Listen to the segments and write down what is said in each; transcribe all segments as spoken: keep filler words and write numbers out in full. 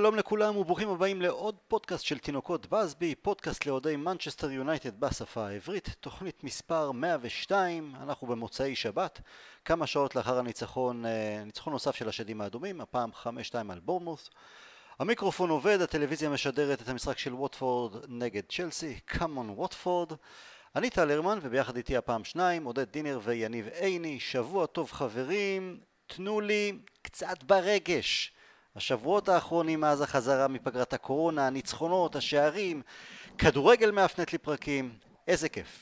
שלום לכולם וברוכים הבאים לעוד פודקאסט של תינוקות בסבי, פודקאסט לאוהדי מנצ'סטר יונייטד בשפה העברית, תוכנית מספר מאה ושתיים, אנחנו במוצאי שבת, כמה שעות לאחר הניצחון, ניצחון נוסף של השדים האדומים, הפעם חמש שתיים על בורנמות'. המיקרופון עובד, הטלוויזיה משדרת את המשחק של ווטפורד נגד צ'לסי, קאמון ווטפורד. אני טל הרמן וביחד איתי הפעם שניים, עודד דינר ויניב עיני. שבוע טוב חברים, תנו לי קצת ברגש. השבועות האחרונים מאז החזרה מפגרת הקורונה, הניצחונות, השערים, כדורגל מאפנת לי פרקים, איזה כיף.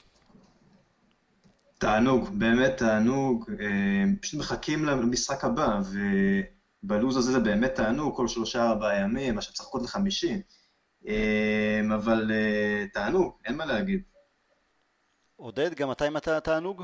תענוג, באמת תענוג, פשוט מחכים למשחק הבא, ובלוז הזה זה באמת תענוג, כל שלושה ארבעה ימים, עכשיו צריך לחכות לחמישי, אבל תענוג, אין מה להגיד. עודד, גם אתה עם התענוג?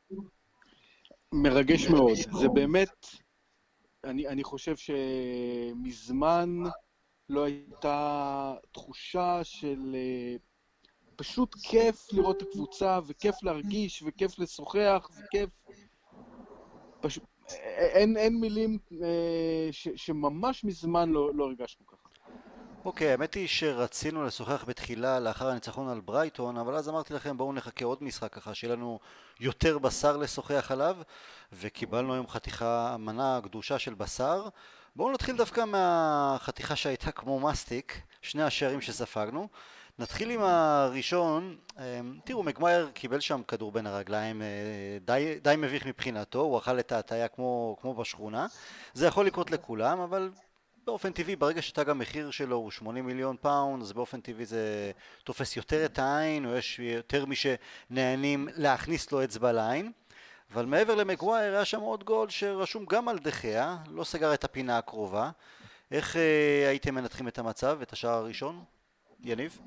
מרגש מאוד, זה באמת, אני, אני חושב שמזמן לא הייתה תחושה של פשוט כיף לראות את הקבוצה, וכיף להרגיש, וכיף לשוחח, וכיף... פשוט, אין, אין מילים ש, שממש מזמן לא, לא הרגשנו ככה. אוקיי, האמת היא שרצינו לשוחח בתחילה לאחר הניצחון על ברייטון, אבל אז אמרתי לכם בואו נחכה עוד משחק ככה, שיהיה לנו יותר בשר לשוחח עליו, וקיבלנו היום חתיכה, מנה גדושה של בשר. בואו נתחיל דווקא מהחתיכה שהייתה כמו מסטיק, שני השערים שספגנו. נתחיל עם הראשון. תראו, מגווייר קיבל שם כדור בין הרגליים, די, די מביך מבחינתו, הוא אכל את ההטיה כמו, כמו בשכונה. זה יכול לקרות לכולם, אבל באופן טבעי, ברגע שאתה גם מחיר שלו הוא שמונים מיליון פאונד, אז באופן טבעי זה תופס יותר את העין, או יש יותר מי שנהנים להכניס לו אצבע לעין. אבל מעבר למגווייר היה שם עוד גול שרשום גם על דחיה, לא סגר את הפינה הקרובה. איך אה, הייתם מנתחים את המצב, את השער הראשון? יניב?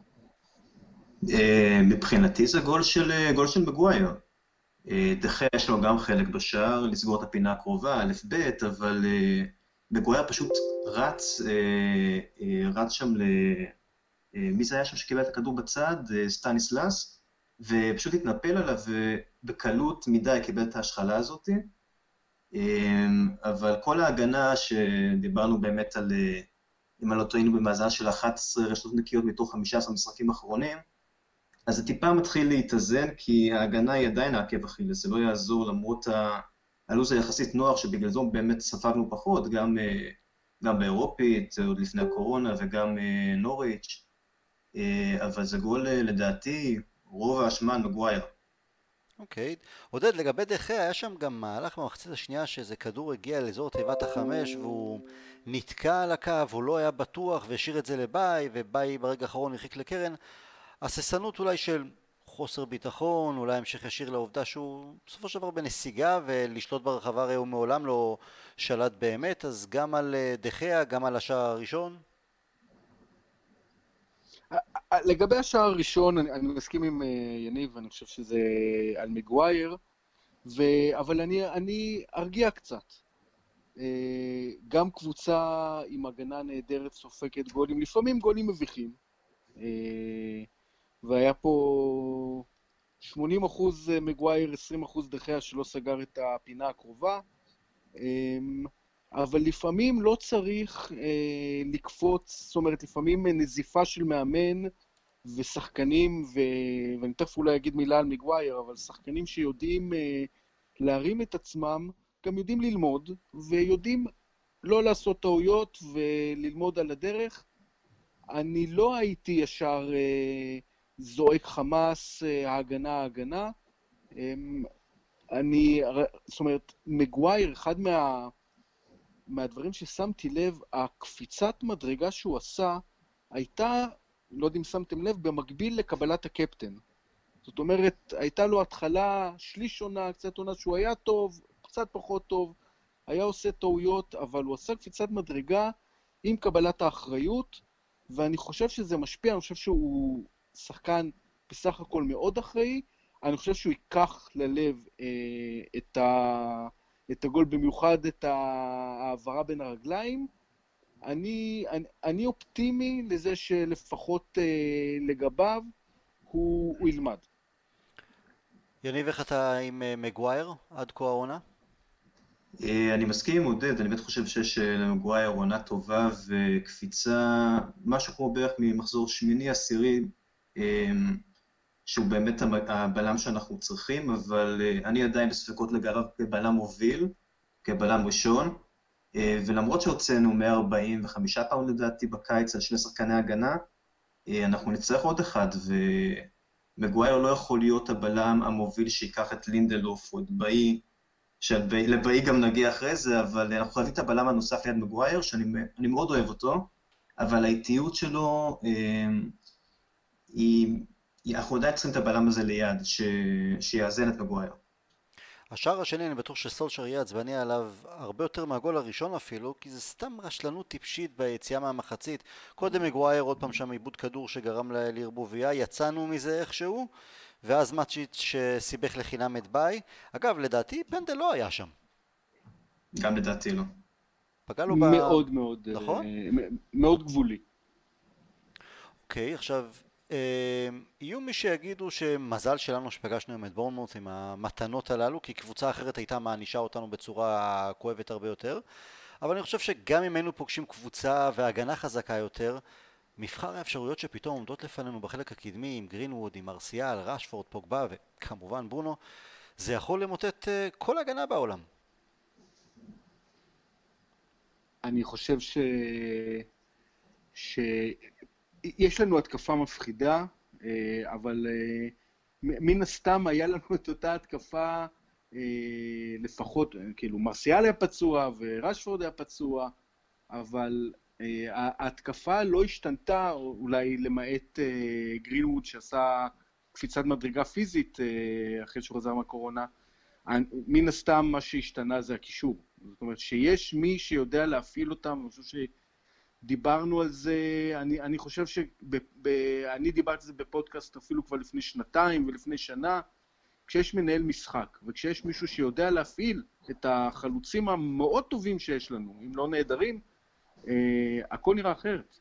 מבחינתי זה גול של, גול של מגווייר. דחיה יש לו גם חלק בשער, לסגור את הפינה הקרובה, א' ב', אבל מגווייר פשוט רץ, רץ שם ל... מי זה היה שם שקיבל את הכדור בצד? סטניסלס, ופשוט התנפל עליו ובקלות מדי קיבל את ההשחלה הזאת. אבל כל ההגנה שדיברנו באמת על, אם לא טועינו במאזן של אחת עשרה רשתות נקיות מתוך חמישה עשר משחקים אחרונים, אז זה טיפה מתחיל להתאזן, כי ההגנה היא עדיין העקב אכילס, זה לא יעזור למרות הלו"ז היחסית נוח, שבגלל זה באמת ספגנו פחות, גם, גם באירופית, עוד לפני הקורונה, וגם נוריץ', אבל זה גול לדעתי, רוב האשמה על מגווייר. אוקיי. עודד, לגבי דחיה, היה שם גם מהלך במחצית השנייה שאיזה כדור הגיע לאזור תיבת החמש והוא נתקע על הקו, הוא לא היה בטוח והשאיר את זה לבאי, ובאי ברגע האחרון הרחיק לקרן. הססנות אולי של חוסר ביטחון, אולי המשך ישיר לעובדה שהוא בסופו של דבר בנסיגה ולשלוט ברחבה הרי הוא מעולם לא שלט באמת, אז גם על דחיה, גם על השער הראשון. לגבי השער הראשון, אני, אני מסכים עם יניב, אני חושב שזה על מגווייר, ו... אבל אני, אני ארגיע קצת. גם קבוצה עם הגנה נהדרת סופקת גולים, לפעמים גולים מביכים, והיה פה שמונים אחוז מגווייר, עשרים אחוז דחיה שלא סגר את הפינה הקרובה, אבל לפעמים לא צריך אה, לקפוץ, זאת אומרת, לפעמים נזיפה של מאמן ושחקנים, ו... ואני תכף אולי אגיד מילה על מגווייר, אבל שחקנים שיודעים אה, להרים את עצמם, גם יודעים ללמוד, ויודעים לא לעשות טעויות וללמוד על הדרך. אני לא הייתי ישר אה, זועק חמאס, אה, ההגנה, ההגנה. אה, אני, זאת אומרת, מגווייר, אחד מה... מהדברים ששמתי לב, הקפיצת מדרגה שהוא עשה, הייתה, לא יודע אם שמתם לב, במקביל לקבלת הקפטן. זאת אומרת, הייתה לו התחלה שליש עונה, קצת עונה שהוא היה טוב, קצת פחות טוב, היה עושה טעויות, אבל הוא עשה קפיצת מדרגה עם קבלת האחריות, ואני חושב שזה משפיע, אני חושב שהוא שחקן בסך הכל מאוד אחראי, אני חושב שהוא ייקח ללב אה, את ה... את הגול, במיוחד את העברה בין הרגליים. אני, אני, אני אופטימי לזה שלפחות אה, לגביו הוא, הוא ילמד. יניב, איך אתה עם מגווייר עד כה העונה? אה, אני מסכים עם עודד, אני באמת חושב שיש למגווייר עונה טובה וקפיצה, משהו כמו בערך ממחזור שמיני עשירי, אה, שהוא באמת המ- הבלם שאנחנו צריכים, אבל אה, אני עדיין בספקות לגביו כבלם מוביל, כבלם ראשון, אה, ולמרות שהוצאנו מאה ארבעים וחמישה פאונד לדעתי בקיץ על שני שחקני הגנה, אה, אנחנו נצטרך עוד אחד, ומגווייר לא יכול להיות הבלם המוביל שיקח את לינדלוף או את באי, שלבאי גם נגיע אחרי זה, אבל אנחנו חייבים את הבלם הנוסף ליד מגווייר, שאני אני מאוד אוהב אותו, אבל האיטיות שלו, אה, היא, היא- אנחנו עדיין צריכים את הבלם הזה ליד, ש, שיאזן את מגווייר. השער השני אני בטוח שסולשר יהיה עצבני עליו הרבה יותר מהגול הראשון אפילו, כי זה סתם רשלנות טיפשית ביציאה מהמחצית. קודם מגווייר עוד פעם שם עיבוד כדור שגרם ל- לערבוביה, יצאנו מזה איכשהו, ואז מאצ'יץ' שסיבך לחינם את ביי. אגב, לדעתי פנדל לא היה שם. גם לדעתי לא. פגע לו ב... מאוד מאוד, נכון? אה, מ- מאוד גבולי. אוקיי, עכשיו, אה, יהיו מי שיגידו שמזל שלנו שפגשנו היום את בורנמוט עם המתנות הללו, כי קבוצה אחרת הייתה מענישה אותנו בצורה כואבת הרבה יותר. אבל אני חושב שגם אם היינו פוגשים קבוצה והגנה חזקה יותר, מבחר האפשרויות שפתאום עומדות לפנינו בחלק הקדמי עם גרינווד, עם ארסיאל, רשפורד, פוגבה וכמובן ברונו, זה יכול למוטט אה, כל הגנה בעולם. אני חושב ש... שיש לנו התקפה מפחידה, אה, אבל אה, מ- מן הסתם היה לנו את אותה התקפה, אה, לפחות, אה, כאילו, מרסיאל היה פצוע ורשפורד היה פצוע, אבל אה, ההתקפה לא השתנתה, אולי למעט אה, גרינווד שעשה קפיצת מדרגה פיזית אה, אחרי שהוא חזר מהקורונה. מן הסתם מה שהשתנה זה הקישור. זאת אומרת שיש מי שיודע להפעיל אותם, אני חושב שדיברנו על זה, אני, אני חושב שאני דיברתי על זה בפודקאסט אפילו כבר לפני שנתיים ולפני שנה, כשיש מנהל משחק וכשיש מישהו שיודע להפעיל את החלוצים המאוד טובים שיש לנו, אם לא נהדרים, אה, הכל נראה אחרת.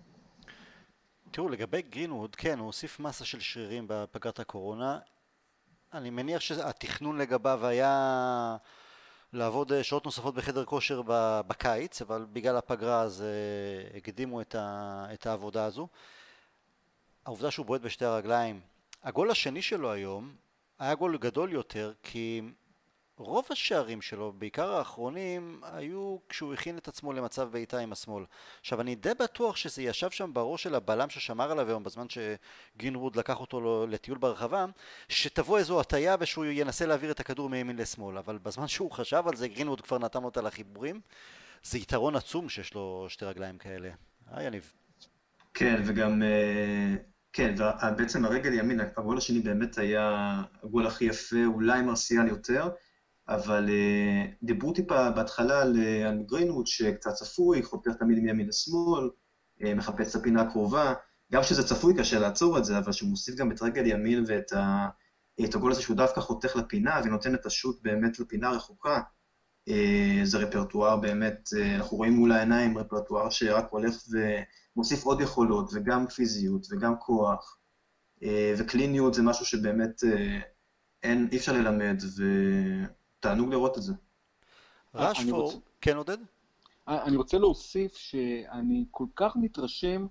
תראו, לגבי גרינווד, כן, הוא הוסיף מסה של שרירים בפגרת הקורונה. אני מניח שהתכנון לגביו היה לעבוד אה, שעות נוספות בחדר כושר ב- בקיץ, אבל בגלל הפגרה אז אה, הקדימו את, ה, את העבודה הזו. העובדה שהוא בועט בשתי הרגליים. הגול השני שלו היום היה גול גדול יותר, כי רוב השערים שלו, בעיקר האחרונים, היו כשהוא הכין את עצמו למצב בעיטה עם השמאל. עכשיו, אני די בטוח שזה ישב שם בראש של הבלם ששמר עליו היום בזמן שגרינווד לקח אותו לטיול ברחבה, שתבוא איזו הטיה ושהוא ינסה להעביר את הכדור מימין לשמאל. אבל בזמן שהוא חשב על זה, גרינווד כבר נתן אותה לחיבורים. זה יתרון עצום שיש לו שתי רגליים כאלה. אה, יניב? כן, וגם, אה, כן, ובעצם הרגל ימין, הגול השני באמת היה הגול הכי יפה, אולי מרסיאל יותר, אבל אה, דיברו טיפה בהתחלה על, אה, על גרינווד שקצת צפוי, חותר תמיד מימין לשמאל, אה, מחפש את הפינה הקרובה, גם כשזה צפוי קשה לעצור את זה, אבל שהוא מוסיף גם את רגל ימין ואת ה, את הגול הזה שהוא דווקא חותך לפינה ונותן את השוט באמת לפינה הרחוקה, אה, זה רפרטואר באמת, אה, אנחנו רואים מול העיניים רפרטואר שרק הולך ומוסיף עוד יכולות, וגם פיזיות, וגם כוח, אה, וקליניות זה משהו שבאמת אה, אין, אי אפשר ללמד, ותענוג לראות את זה. אני רוצה, רשפורד, כן עודד? אני רוצה להוסיף שאני כל כך מתרשם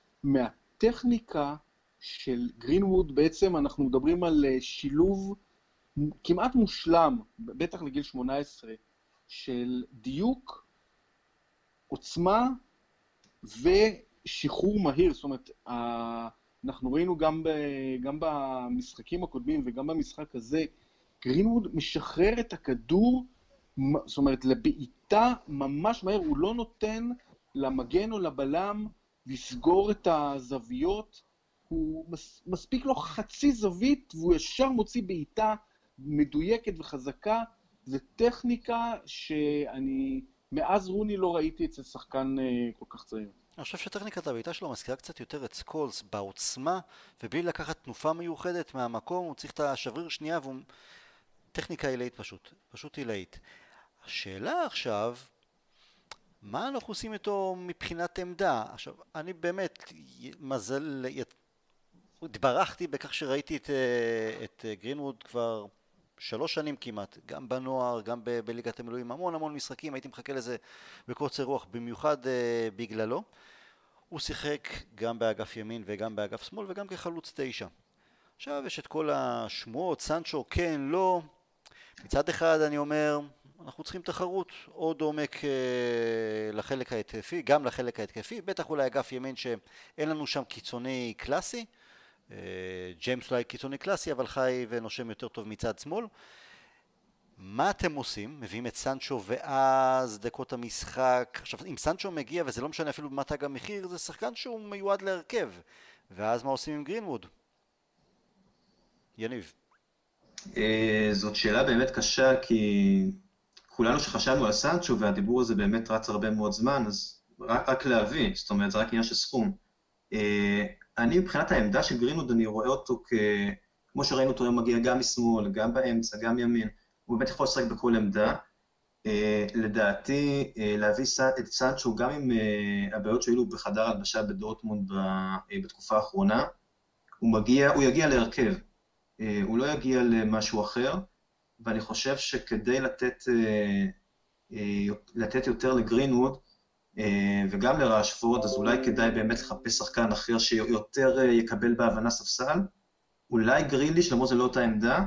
מהטכניקה של גרינווד. בעצם אנחנו מדברים על שילוב כמעט מושלם, בטח לגיל שמונה עשרה, של דיוק, עוצמה ושחרור מהיר. זאת אומרת, אנחנו ראינו גם, ב, גם במשחקים הקודמים וגם במשחק הזה, גרינווד משחרר את הכדור, זאת אומרת, לבעיטה ממש מהר, הוא לא נותן למגן או לבלם לסגור את הזוויות, הוא מס, מספיק לו חצי זווית והוא ישר מוציא בעיטה מדויקת וחזקה. זה טכניקה שאני מאז רוני לא ראיתי אצל שחקן כל כך צעיר. אני חושב שטכניקת הבעיטה שלו מזכירה קצת יותר את סקולס בעוצמה, ובלי לקחת תנופה מיוחדת מהמקום, הוא צריך את השבריר שנייה, והוא טכניקה עילאית פשוט, פשוט עילאית. השאלה עכשיו, מה אנחנו עושים איתו מבחינת עמדה? עכשיו, אני באמת, מזל, התברכתי בכך שראיתי את, את גרינווד כבר שלוש שנים כמעט, גם בנוער, גם ב- בליגת המילואים, המון המון משחקים, הייתי מחכה לזה בקוצר רוח, במיוחד uh, בגללו. הוא שיחק גם באגף ימין וגם באגף שמאל וגם כחלוץ תשע. עכשיו יש את כל השמועות, סנצ'ו, כן, לא. מצד אחד אני אומר, אנחנו צריכים תחרות עוד עומק uh, לחלק ההתקפי, גם לחלק ההתקפי, בטח אולי אגף ימין שאין לנו שם קיצוני קלאסי, uh, ג'יימס אולי קיצוני קלאסי, אבל חי ונושם יותר טוב מצד שמאל. מה אתם עושים? מביאים את סנצ'ו ואז דקות המשחק. עכשיו, אם סנצ'ו מגיע, וזה לא משנה אפילו מה תג המחיר, זה שחקן שהוא מיועד להרכב. ואז מה עושים עם גרינווד? יניב. זאת שאלה באמת קשה, כי כולנו שחשבנו על סנצ'ו, והדיבור הזה באמת רץ הרבה מאוד זמן, אז רק, רק להביא, זאת אומרת, זה רק עניין של סכום. אני מבחינת העמדה של גרינווד, אני רואה אותו כ... כמו שראינו אותו, הוא מגיע גם משמאל, גם באמצע, גם ימין. הוא באמת יכול לשחק בכל עמדה. Uh, לדעתי, uh, להביא את סנצ'ו, גם עם uh, הבעיות שהיו לו בחדר הלבשה בדורטמונד uh, בתקופה האחרונה, הוא, מגיע, הוא יגיע להרכב, uh, הוא לא יגיע למשהו אחר, ואני חושב שכדי לתת, uh, uh, לתת יותר לגרינווד, uh, וגם לראשפורד, אז אולי כדאי באמת לחפש שחקן אחר שיותר uh, יקבל בהבנה ספסל, אולי גריליש, למרות זה לא אותה עמדה,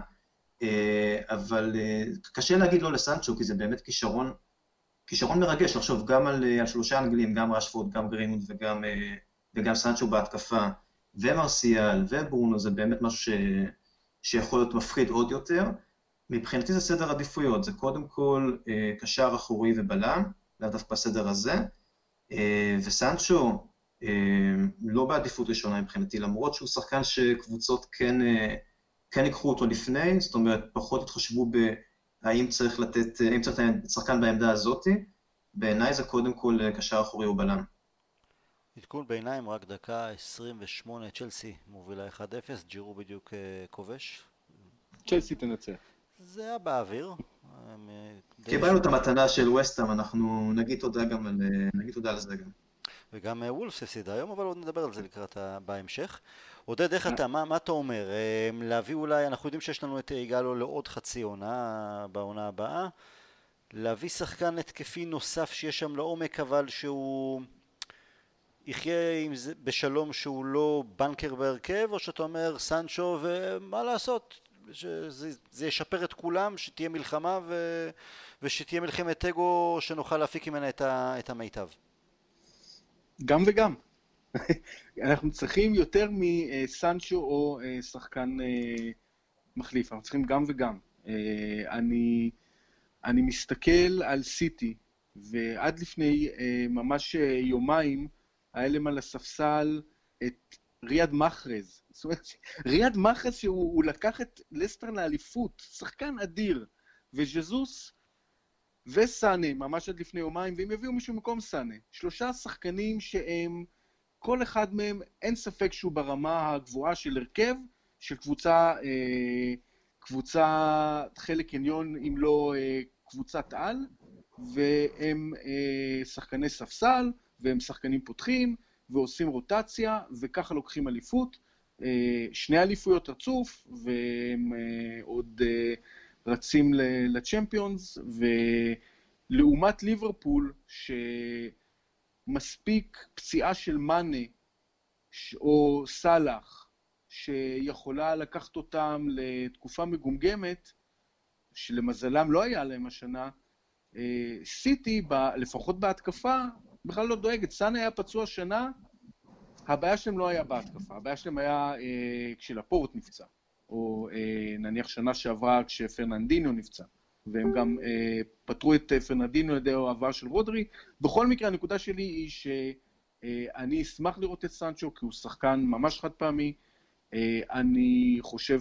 אבל קשה להגיד לא לסנצ'ו, כי זה באמת כישרון, כישרון מרגש, לחשוב גם על, על שלושה אנגלים, גם ראשפורד, גם גרינווד וגם, וגם סנצ'ו בהתקפה, ומרסיאל וברונו, זה באמת משהו ש, שיכול להיות מפחיד עוד יותר. מבחינתי זה סדר עדיפויות, זה קודם כל קשר אחורי ובלם, לאו דווקא בסדר הזה, וסנצ'ו לא בעדיפות ראשונה מבחינתי, למרות שהוא שחקן שקבוצות כן... כן ייקחו אותו לפני, זאת אומרת, פחות התחשבו בהאם צריך לתת, האם צריך לתת שחקן בעמדה הזאת, בעיניי זה קודם כל קשר אחורי או בלם. עדכון ביניים, רק דקה עשרים ושמונה, צ'לסי מובילה אחד אפס, ג'ירו בדיוק כובש. צ'לסי תנצח. זה היה באוויר. קיבלנו את המתנה של ווסטהאם, אנחנו נגיד תודה גם על, נגיד תודה על זה גם. וגם וולפס הפסידה היום, אבל עוד נדבר על זה לקראת בהמשך. עודד, איך אתה, מה, מה אתה אומר? להביא אולי, אנחנו יודעים שיש לנו את יגאלו לעוד חצי עונה בעונה הבאה, להביא שחקן התקפי נוסף שיש שם לעומק, אבל שהוא יחיה עם זה, בשלום שהוא לא בנקר בהרכב, או שאתה אומר סנצ'ו ומה לעשות, שזה, זה ישפר את כולם, שתהיה מלחמה ו, ושתהיה מלחמת אגו שנוכל להפיק ממנה את, ה, את המיטב. גם וגם. אנחנו צריכים יותר מסנצ'ו או שחקן מחליף, אנחנו צריכים גם וגם. אני, אני מסתכל על סיטי, ועד לפני ממש יומיים, היה להם על הספסל את ריאד מחרז. זאת אומרת, ריאד מחרז שהוא לקח את לסטר לאליפות, שחקן אדיר, וז'זוס וסאנה, ממש עד לפני יומיים, והם יביאו מישהו מקום סאנה. שלושה שחקנים שהם, כל אחד מהם אין ספק שהוא ברמה הגבוהה של הרכב, של קבוצה, אה, קבוצה חלק עליון אם לא אה, קבוצת על, והם אה, שחקני ספסל, והם שחקנים פותחים, ועושים רוטציה, וככה לוקחים אליפות, אה, שני אליפויות רצוף, והם אה, עוד אה, רצים לצ'מפיונס, ולעומת ליברפול, ש... מספיק פציעה של מאנה או סלאח שיכולה לקחת אותם לתקופה מגומגמת, שלמזלם לא היה להם השנה, סיטי, לפחות בהתקפה, בכלל לא דואגת. סאנה היה פצוע שנה, הבעיה שלהם לא היה בהתקפה, הבעיה שלהם היה כשלפורט נפצע, או נניח שנה שעברה כשפרננדיניו נפצע. והם גם אה, פתרו את פרננדיניו על ידי העבר של רודרי. בכל מקרה, הנקודה שלי היא שאני אה, אשמח לראות את סנצ'ו, כי הוא שחקן ממש חד פעמי. אה, אני חושב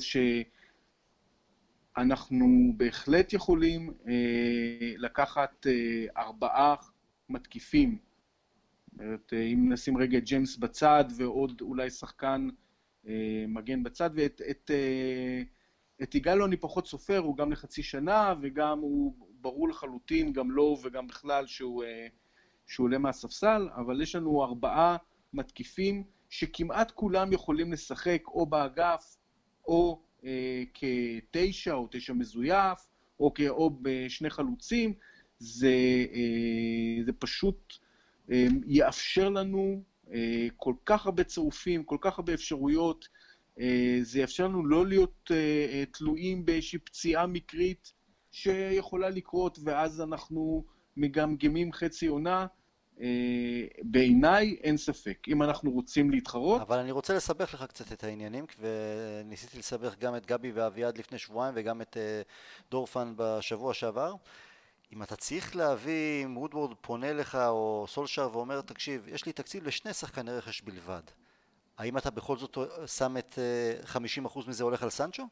שאנחנו בהחלט יכולים אה, לקחת אה, ארבעה מתקיפים. אומרת, אה, אם נשים רגע את ג'יימס בצד, ועוד אולי שחקן אה, מגן בצד, ואת... את, אה, את יגאלו אני פחות סופר, הוא גם לחצי שנה, וגם הוא ברור לחלוטין, גם לא וגם בכלל, שהוא, שהוא עולה מהספסל, אבל יש לנו ארבעה מתקיפים, שכמעט כולם יכולים לשחק או באגף, או אה, כתשע או תשע מזויף, או, כ- או בשני חלוצים, זה, אה, זה פשוט אה, יאפשר לנו אה, כל כך הרבה צירופים, כל כך הרבה אפשרויות, אה, זה יאפשר לנו לא להיות אה, אה, תלויים באיזושהי פציעה מקרית שיכולה לקרות, ואז אנחנו מגמגמים חצי עונה. אה, בעיניי אין ספק, אם אנחנו רוצים להתחרות. אבל אני רוצה לסבך לך קצת את העניינים, וניסיתי לסבך גם את גבי ואביעד לפני שבועיים וגם את אה, דורפן בשבוע שעבר. אם אתה צריך להביא, אם וודוורד פונה לך או סולשר ואומר, תקשיב, יש לי תקציב לשני שחקני רכש בלבד, האם אתה בכל זאת שם את אה, חמישים אחוז מזה הולך על סנצ'ו?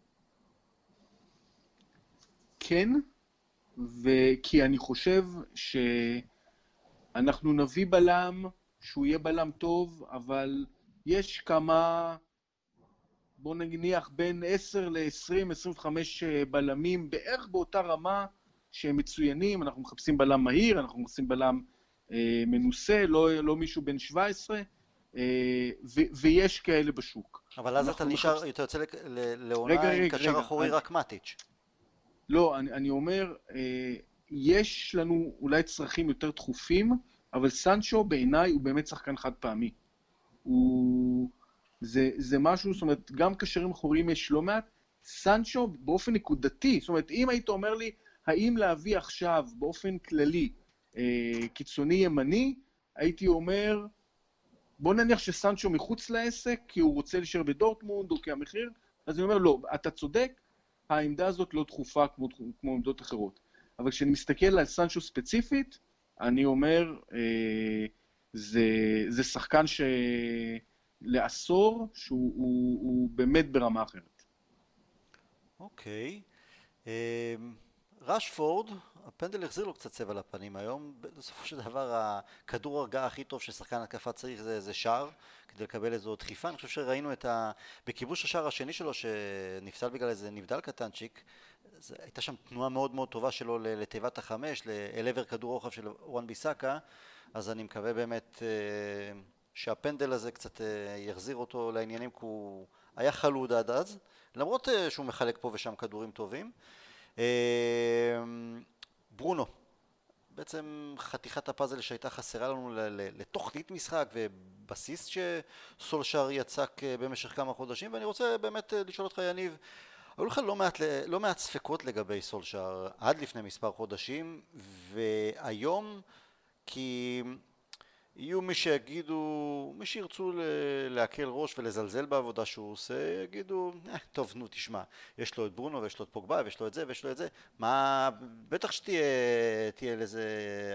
כן, וכי אני חושב שאנחנו נביא בלם שהוא יהיה בלם טוב, אבל יש כמה, בוא נניח בין עשר ל-עשרים עשרים וחמש בלמים בערך באותה רמה שהם מצוינים. אנחנו מחפשים בלם מהיר, אנחנו מחפשים בלם אה, מנוסה, לא, לא מישהו בן שבע עשרה, אה, ו- ויש כאלה בשוק. אבל אז אתה נשאר, מחפש... אתה יוצא לק- ל- לעונה רגע, עם רגע, קשר רגע, אחורי אני... רק מטיץ'. לא, אני, אני אומר, אה, יש לנו אולי צרכים יותר דחופים, אבל סנצ'ו בעיניי הוא באמת שחקן חד פעמי. הוא... זה, זה משהו, זאת אומרת, גם קשרים אחוריים יש לא מעט. סנצ'ו באופן נקודתי, זאת אומרת, אם היית אומר לי, האם להביא עכשיו באופן כללי אה, קיצוני ימני, הייתי אומר, בוא נניח שסנצ'ו מחוץ לעסק, כי הוא רוצה להישאר בדורטמונד או כי המחיר, אז אני אומר, לא, אתה צודק, העמדה הזאת לא דחופה כמו, כמו עמדות אחרות. אבל כשאני מסתכל על סנצ'ו ספציפית, אני אומר, אה, זה, זה שחקן שלעשור שהוא הוא, הוא באמת ברמה אחרת. אוקיי. אמ, רשפורד, הפנדל החזיר לו קצת צבע לפנים היום. בסופו של דבר הכדור הרגעה הכי טוב ששחקן התקפה צריך זה, זה שער, כדי לקבל איזו דחיפה. אני חושב שראינו את ה... בכיבוש השער השני שלו שנפסל בגלל איזה נבדל קטנצ'יק, זה... הייתה שם תנועה מאוד מאוד טובה שלו לתיבת החמש, אל עבר כדור רוחב של וואן ביסאקה, אז אני מקווה באמת אה, שהפנדל הזה קצת אה, יחזיר אותו לעניינים, כי הוא היה חלוד עד אז, למרות אה, שהוא מחלק פה ושם כדורים טובים. ברונו, בעצם חתיכת הפאזל שהייתה חסרה לנו לתוכנית משחק ובסיס שסולשר יצק במשך כמה חודשים, ואני רוצה באמת לשאול אותך יניב, היו לך לא מעט, לא מעט ספקות לגבי סולשר עד לפני מספר חודשים, והיום כי יהיו מי שיגידו, מי שירצו להקל ראש ולזלזל בעבודה שהוא עושה, יגידו, אה, טוב, נו, תשמע, יש לו את ברונו ויש לו את פוגבה ויש לו את זה ויש לו את זה, מה, בטח שתהיה תהיה לזה,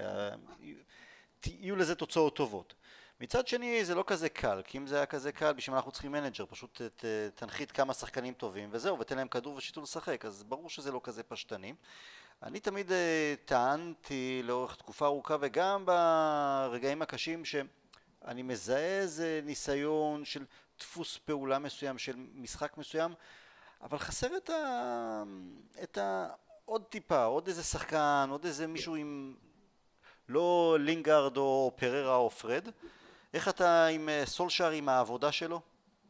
יהיו לזה תוצאות טובות. מצד שני, זה לא כזה קל, כי אם זה היה כזה קל, בשביל מה אנחנו צריכים מנג'ר, פשוט ת, תנחית כמה שחקנים טובים וזהו, ותן להם כדור ושיטו לשחק, אז ברור שזה לא כזה פשטני. אני תמיד uh, טענתי לאורך תקופה ארוכה וגם ברגעים הקשים שאני מזהה איזה ניסיון של דפוס פעולה מסוים, של משחק מסוים, אבל חסר את ה... את ה... עוד טיפה, עוד איזה שחקן, עוד איזה מישהו עם... לא לינגארד או פררה או פרד. איך אתה עם סולשר, עם העבודה שלו?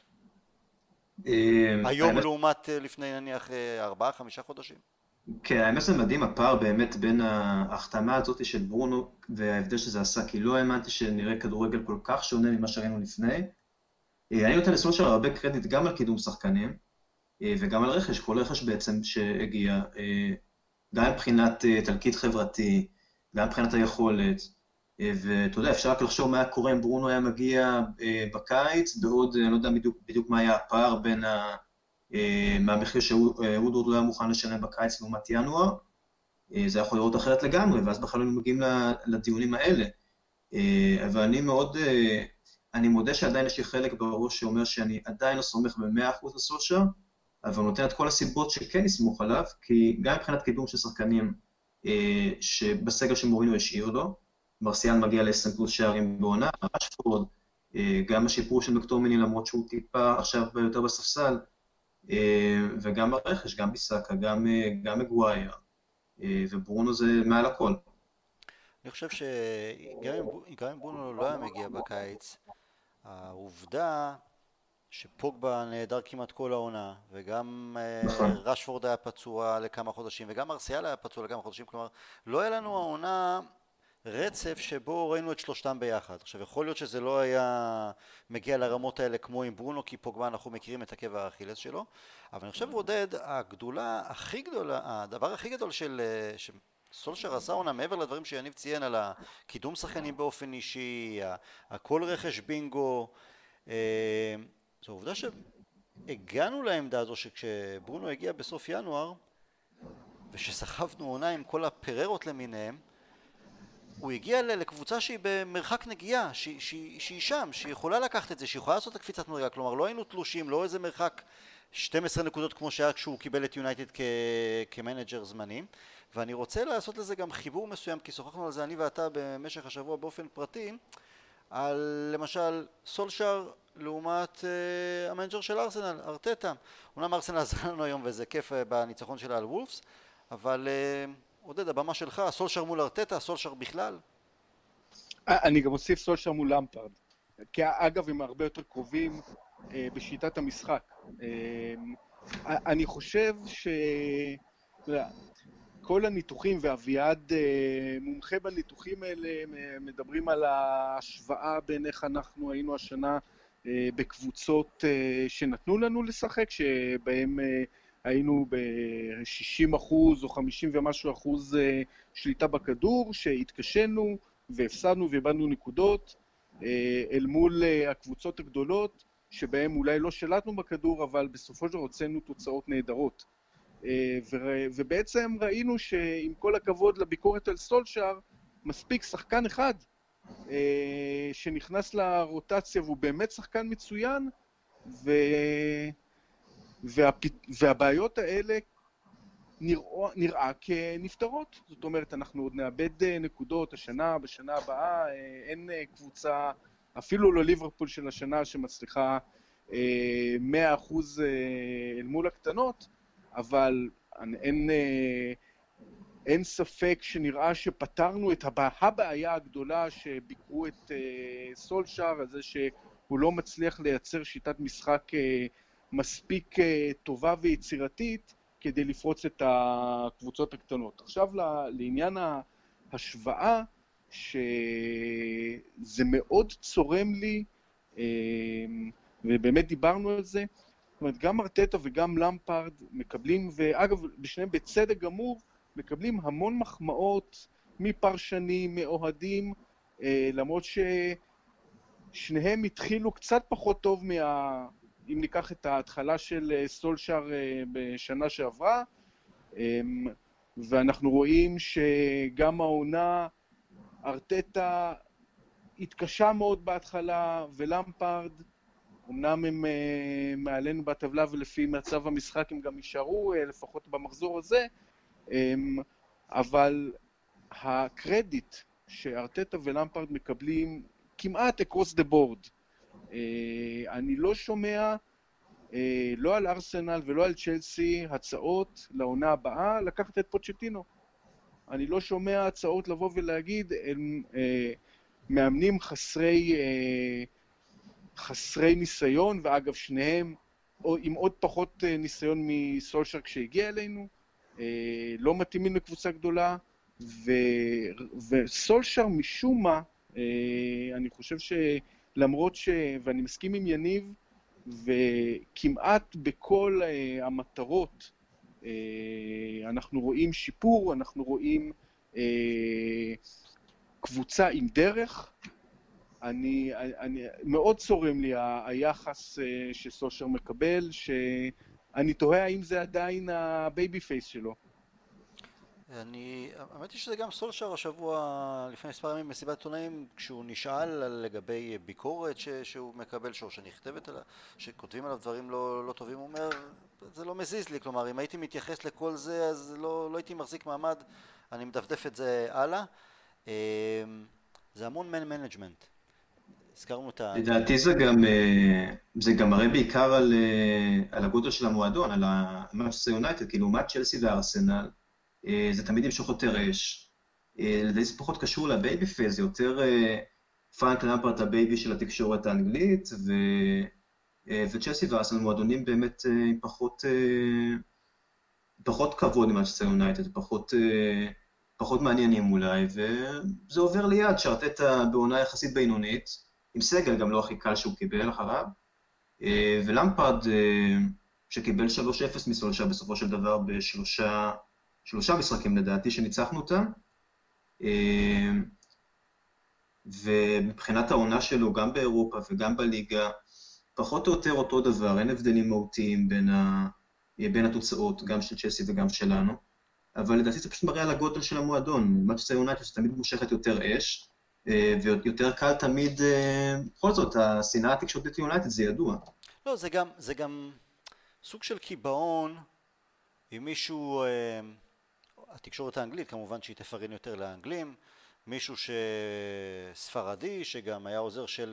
היום לעומת לפני נניח ארבעה, חמישה חודשים? כן, האמת זה מדהים הפער באמת בין ההחתמה הזאת של ברונו וההבדל שזה עשה, כי לא האמנתי שנראה כדורגל כל כך שונה ממה שראינו לפני. אני נותן לסולשר הרבה קרדיט גם על קידום שחקנים וגם על רכש, כל רכש בעצם שהגיע, גם מבחינת תלקיט חברתי, גם מבחינת היכולת, ואתה יודע, אפשר רק לחשוב מה היה קורה אם ברונו היה מגיע בקיץ, בעוד, אני לא יודע בדיוק, בדיוק מה היה הפער בין ה... מהמחיר שוודוורד לא היה מוכן לשלם בקיץ לעומת ינואר, זה יכול לראות אחרת לגמרי, ואז בכלל היינו מגיעים לדיונים האלה. אבל אני מאוד, אני מודה שעדיין יש לי חלק בראש שאומר שאני עדיין לא סומך ב-מאה אחוז לסולשר, אבל נותן את כל הסיבות שכן נסמוך עליו, כי גם מבחינת קידום של שחקנים שבסגל שמורינו השאיר לו, מרסיאן מגיע ל-עשרים פלוס שערים בעונה, רשפורד, גם השיפור של מקטומיני למרות שהוא טיפה עכשיו יותר בספסל, וגם הרכש, גם ביסאקה, גם, גם מגווייר, וברונו זה מעל הכל. אני חושב שגם אם ברונו לא היה מגיע בקיץ, העובדה שפוגבה נהדר כמעט כל העונה, וגם נכון. רשפורד היה פצוע לכמה חודשים, וגם מרסיאל היה פצוע לכמה חודשים, כלומר, לא היה לנו העונה רצף שבו ראינו את שלושתם ביחד. עכשיו, יכול להיות שזה לא היה מגיע לרמות האלה כמו עם ברונו, כי פוגבה אנחנו מכירים את עקב האכילס שלו, אבל אני חושב, עודד, הגדולה הכי גדולה, הדבר הכי גדול של... סולשר עשה עונה מעבר לדברים שיניב ציין על הקידום שחקנים באופן אישי, הכל רכש בינגו, זו עובדה שהגענו לעמדה הזו שכשברונו הגיע בסוף ינואר ושסחבנו עונה עם כל הפררות למיניהם, הוא הגיע לקבוצה שהיא במרחק נגיעה, שהיא, שהיא, שהיא שם, שהיא יכולה לקחת את זה, שהיא יכולה לעשות את הקפיצת מדרגה, כלומר לא היינו תלושים, לא איזה מרחק שתים עשרה נקודות כמו שהיה כשהוא קיבל את יונייטד כ... כמנג'ר זמני, ואני רוצה לעשות לזה גם חיבור מסוים, כי שוחחנו על זה אני ואתה במשך השבוע באופן פרטי, על למשל סולשר לעומת uh, המנג'ר של ארסנל, ארטטה. אומנם ארסנל עזרה לנו היום וזה כיף uh, בניצחון שלה על וולפס, אבל uh, עודד, הבמה שלך, סולשר מול ארטטה, סולשר בכלל? אני גם אוסיף סולשר מול למפרד, כי אגב הם הרבה יותר קרובים uh, בשיטת המשחק. Uh, אני חושב ש... כל הניתוחים, ואביעד מומחה בניתוחים האלה, מדברים על ההשוואה בין איך אנחנו היינו השנה בקבוצות שנתנו לנו לשחק, שבהם היינו ב-שישים אחוז או חמישים ומשהו אחוז שליטה בכדור, שהתקשנו והפסדנו ואיבדנו נקודות, אל מול הקבוצות הגדולות, שבהם אולי לא שלטנו בכדור, אבל בסופו של דבר הוצאנו תוצאות נהדרות. ובעצם ראינו שעם כל הכבוד לביקורת על סולשר, מספיק שחקן אחד שנכנס לרוטציה והוא באמת שחקן מצוין, והבעיות האלה נראה כנפתרות. זאת אומרת, אנחנו עוד נאבד נקודות השנה, בשנה הבאה, אין קבוצה, אפילו לא ליברפול של השנה שמצליחה מאה אחוז אל מול הקטנות, אבל אין, אין ספק שנראה שפתרנו את הבעיה הגדולה שביקרו את סולשר, על זה שהוא לא מצליח לייצר שיטת משחק מספיק טובה ויצירתית כדי לפרוץ את הקבוצות הקטנות. עכשיו לעניין ההשוואה, שזה מאוד צורם לי, ובאמת דיברנו על זה, זאת אומרת, גם ארטטה וגם למפרד מקבלים, ואגב, בשניהם בצדק גמור, מקבלים המון מחמאות מפרשנים, מאוהדים, למרות ששניהם התחילו קצת פחות טוב מה... אם ניקח את ההתחלה של סולשר בשנה שעברה, ואנחנו רואים שגם העונה, ארטטה התקשה מאוד בהתחלה, ולמפרד, אמנם הם מעלינו בטבלה ולפי מצב המשחק הם גם יישארו, לפחות במחזור הזה, אבל הקרדיט שארטטה ולמפרד מקבלים כמעט across the board. אני לא שומע, לא על ארסנל ולא על צ'לסי, הצעות לעונה הבאה לקחת את פוצ'טינו. אני לא שומע הצעות לבוא ולהגיד, הם מאמנים חסרי... חסרי ניסיון, ואגב שניהם או עם עוד פחות ניסיון מסולשר כשהגיע אלינו, לא מתאימים לקבוצה גדולה, ו... וסולשר משום מה, אני חושב שלמרות ש... ואני מסכים עם יניב, וכמעט בכל המטרות אנחנו רואים שיפור, אנחנו רואים קבוצה עם דרך, אני, אני, מאוד צורם לי ה, היחס שסולשר מקבל, שאני תוהה האם זה עדיין הבייבי פייס שלו. אני, האמת היא שזה גם סולשר השבוע, לפני מספר ימים מסיבת עיתונאים, כשהוא נשאל לגבי ביקורת ש, שהוא מקבל, שהוא שנכתבת עליו, שכותבים עליו דברים לא, לא טובים, הוא אומר, זה לא מזיז לי, כלומר, אם הייתי מתייחס לכל זה, אז לא, לא הייתי מחזיק מעמד, אני מדפדף את זה הלאה. זה המון מן מנג'מנט. הזכרנו את ה... לדעתי זה גם, זה גם מראה בעיקר על, על הגודל של המועדון, על המאנצ'סטר יונייטד, כאילו לעומת צ'לסי וארסנל, זה תמיד ימשוך יותר אש. לדעתי זה פחות קשור לבייבי פייס, זה יותר פרנק למפרד הבייבי של התקשורת האנגלית, וצ'לסי וארסנל מועדונים באמת עם פחות, פחות כבוד ממנצ'סטר יונייטד, פחות, פחות מעניינים אולי, וזה עובר ליד, שארטטה בעונה יחסית בינונית, עם סגל גם לא הכי קל שהוא קיבל אחריו, ולמפרד שקיבל שלוש אפס מסולשה בסופו של דבר בשלושה שלושה משחקים לדעתי שניצחנו אותם, ומבחינת העונה שלו גם באירופה וגם בליגה, פחות או יותר אותו דבר, אין הבדלים מהותיים בין, ה... בין התוצאות, גם של צ'לסי וגם שלנו, אבל לדעתי זה פשוט מראה על הגודל של המועדון, מנצ'סטר יונייטד שתמיד מושכת יותר אש, ויותר קל תמיד, בכל זאת, השנאה התקשורתית יונייטד זה ידוע. לא, זה גם, זה גם סוג של קיבעון, אם מישהו, התקשורת האנגלית כמובן שהיא תפרין יותר לאנגלים, מישהו שספרדי, שגם היה עוזר של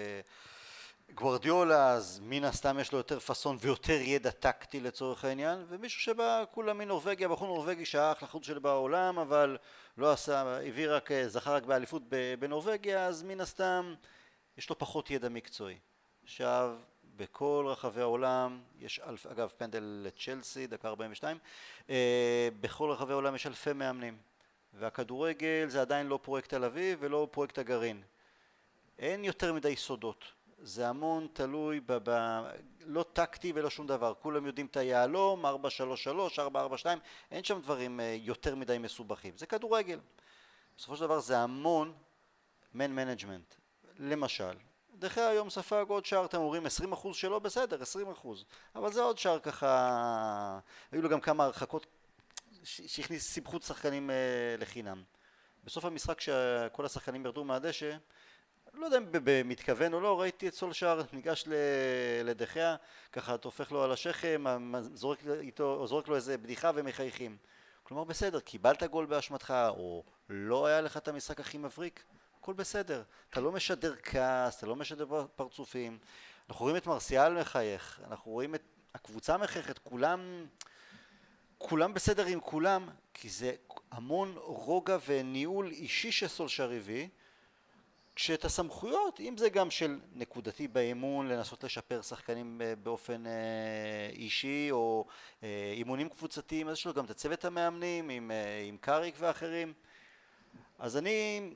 גוארדיולה, אז מן הסתם יש לו יותר פסון ויותר ידע טקטי לצורך העניין, ומישהו שבא כולה מנורווגיה, בחור נורווגי שהיה החלחות שלי בעולם, אבל לא עשה, הביא רק, זכר רק באליפות בנורווגיה, אז מן הסתם יש לו פחות ידע מקצועי. עכשיו, בכל רחבי העולם, יש אלף, אגב פנדל לצ'לסי, דקה ארבעים ושתיים, בכל רחבי העולם יש אלפי מאמנים, והכדורגל זה עדיין לא פרויקט תל אביב ולא פרויקט הגרעין. אין יותר מדי סודות. זה המון תלוי, ב, ב, לא טקטי ולא שום דבר. כולם יודעים את היעלום, ארבע שלוש שלוש, ארבע ארבע שתיים, אין שם דברים יותר מדי מסובכים. זה כדורגל. בסופו של דבר זה המון מן מנג'מנט. למשל, דרך היום ספג עוד שער, אתם אומרים עשרים אחוז שלו, בסדר, עשרים אחוז. אבל זה עוד שער ככה, היו לו גם כמה הרחקות שהכניס סיבכות שחקנים לחינם. בסוף המשחק שכל השחקנים ירדו מהדשא, לא יודע אם במתכוון או לא, ראיתי את סולשאר ניגש לדחיה, ככה תופך לו על השכם, זורק, איתו, זורק לו איזה בדיחה ומחייכים. כלומר בסדר, קיבלת גול באשמתך או לא היה לך את המשחק הכי מבריק, הכל בסדר. אתה לא משדר כעס, אתה לא משדר פרצופים. אנחנו רואים את מרסיאל מחייך, אנחנו רואים את הקבוצה מחייכת, כולם, כולם בסדר עם כולם, כי זה המון רוגע וניהול אישי שסולשאר הביא, כשאת הסמכויות, אם זה גם של נקודתי באימון, לנסות לשפר שחקנים באופן אישי, או אימונים קבוצתיים, אז יש לו גם את הצוות המאמנים, עם, עם קאריק ואחרים. אז אני,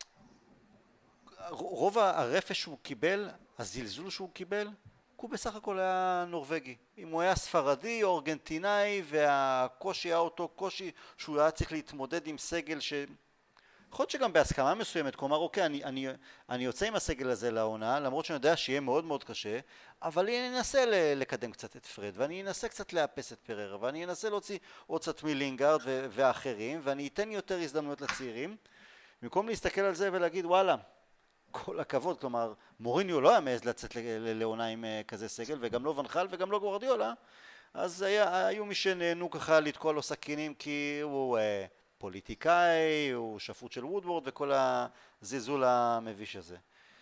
רוב הרפש שהוא קיבל, הזלזול שהוא קיבל, הוא בסך הכל היה נורווגי. אם הוא היה ספרדי או ארגנטינאי, והקושי היה אותו קושי שהוא היה צריך להתמודד עם סגל ש... יכול להיות שגם בהסכמה מסוימת, כלומר, אוקיי, אני, אני, אני יוצא עם הסגל הזה לעונה, למרות שאני יודע שיהיה מאוד מאוד קשה, אבל אני אנסה לקדם קצת את פרד, ואני אנסה קצת לאפס את פררה, ואני אנסה להוציא עוד קצת מלינגארד ואחרים, ואני אתן יותר הזדמנויות לצעירים, במקום להסתכל על זה ולהגיד, וואלה, כל הכבוד, כלומר, מוריניו לא היה מעז לצאת לעונה עם כזה סגל, וגם לא ונחל וגם לא גוארדיולה, אז היה, היו מי שנהנו ככה לתקוע לו סכינים, כי הוא... פוליטיקאי, הוא שפוט של וודוורד וכל הזלזול המביש הזה.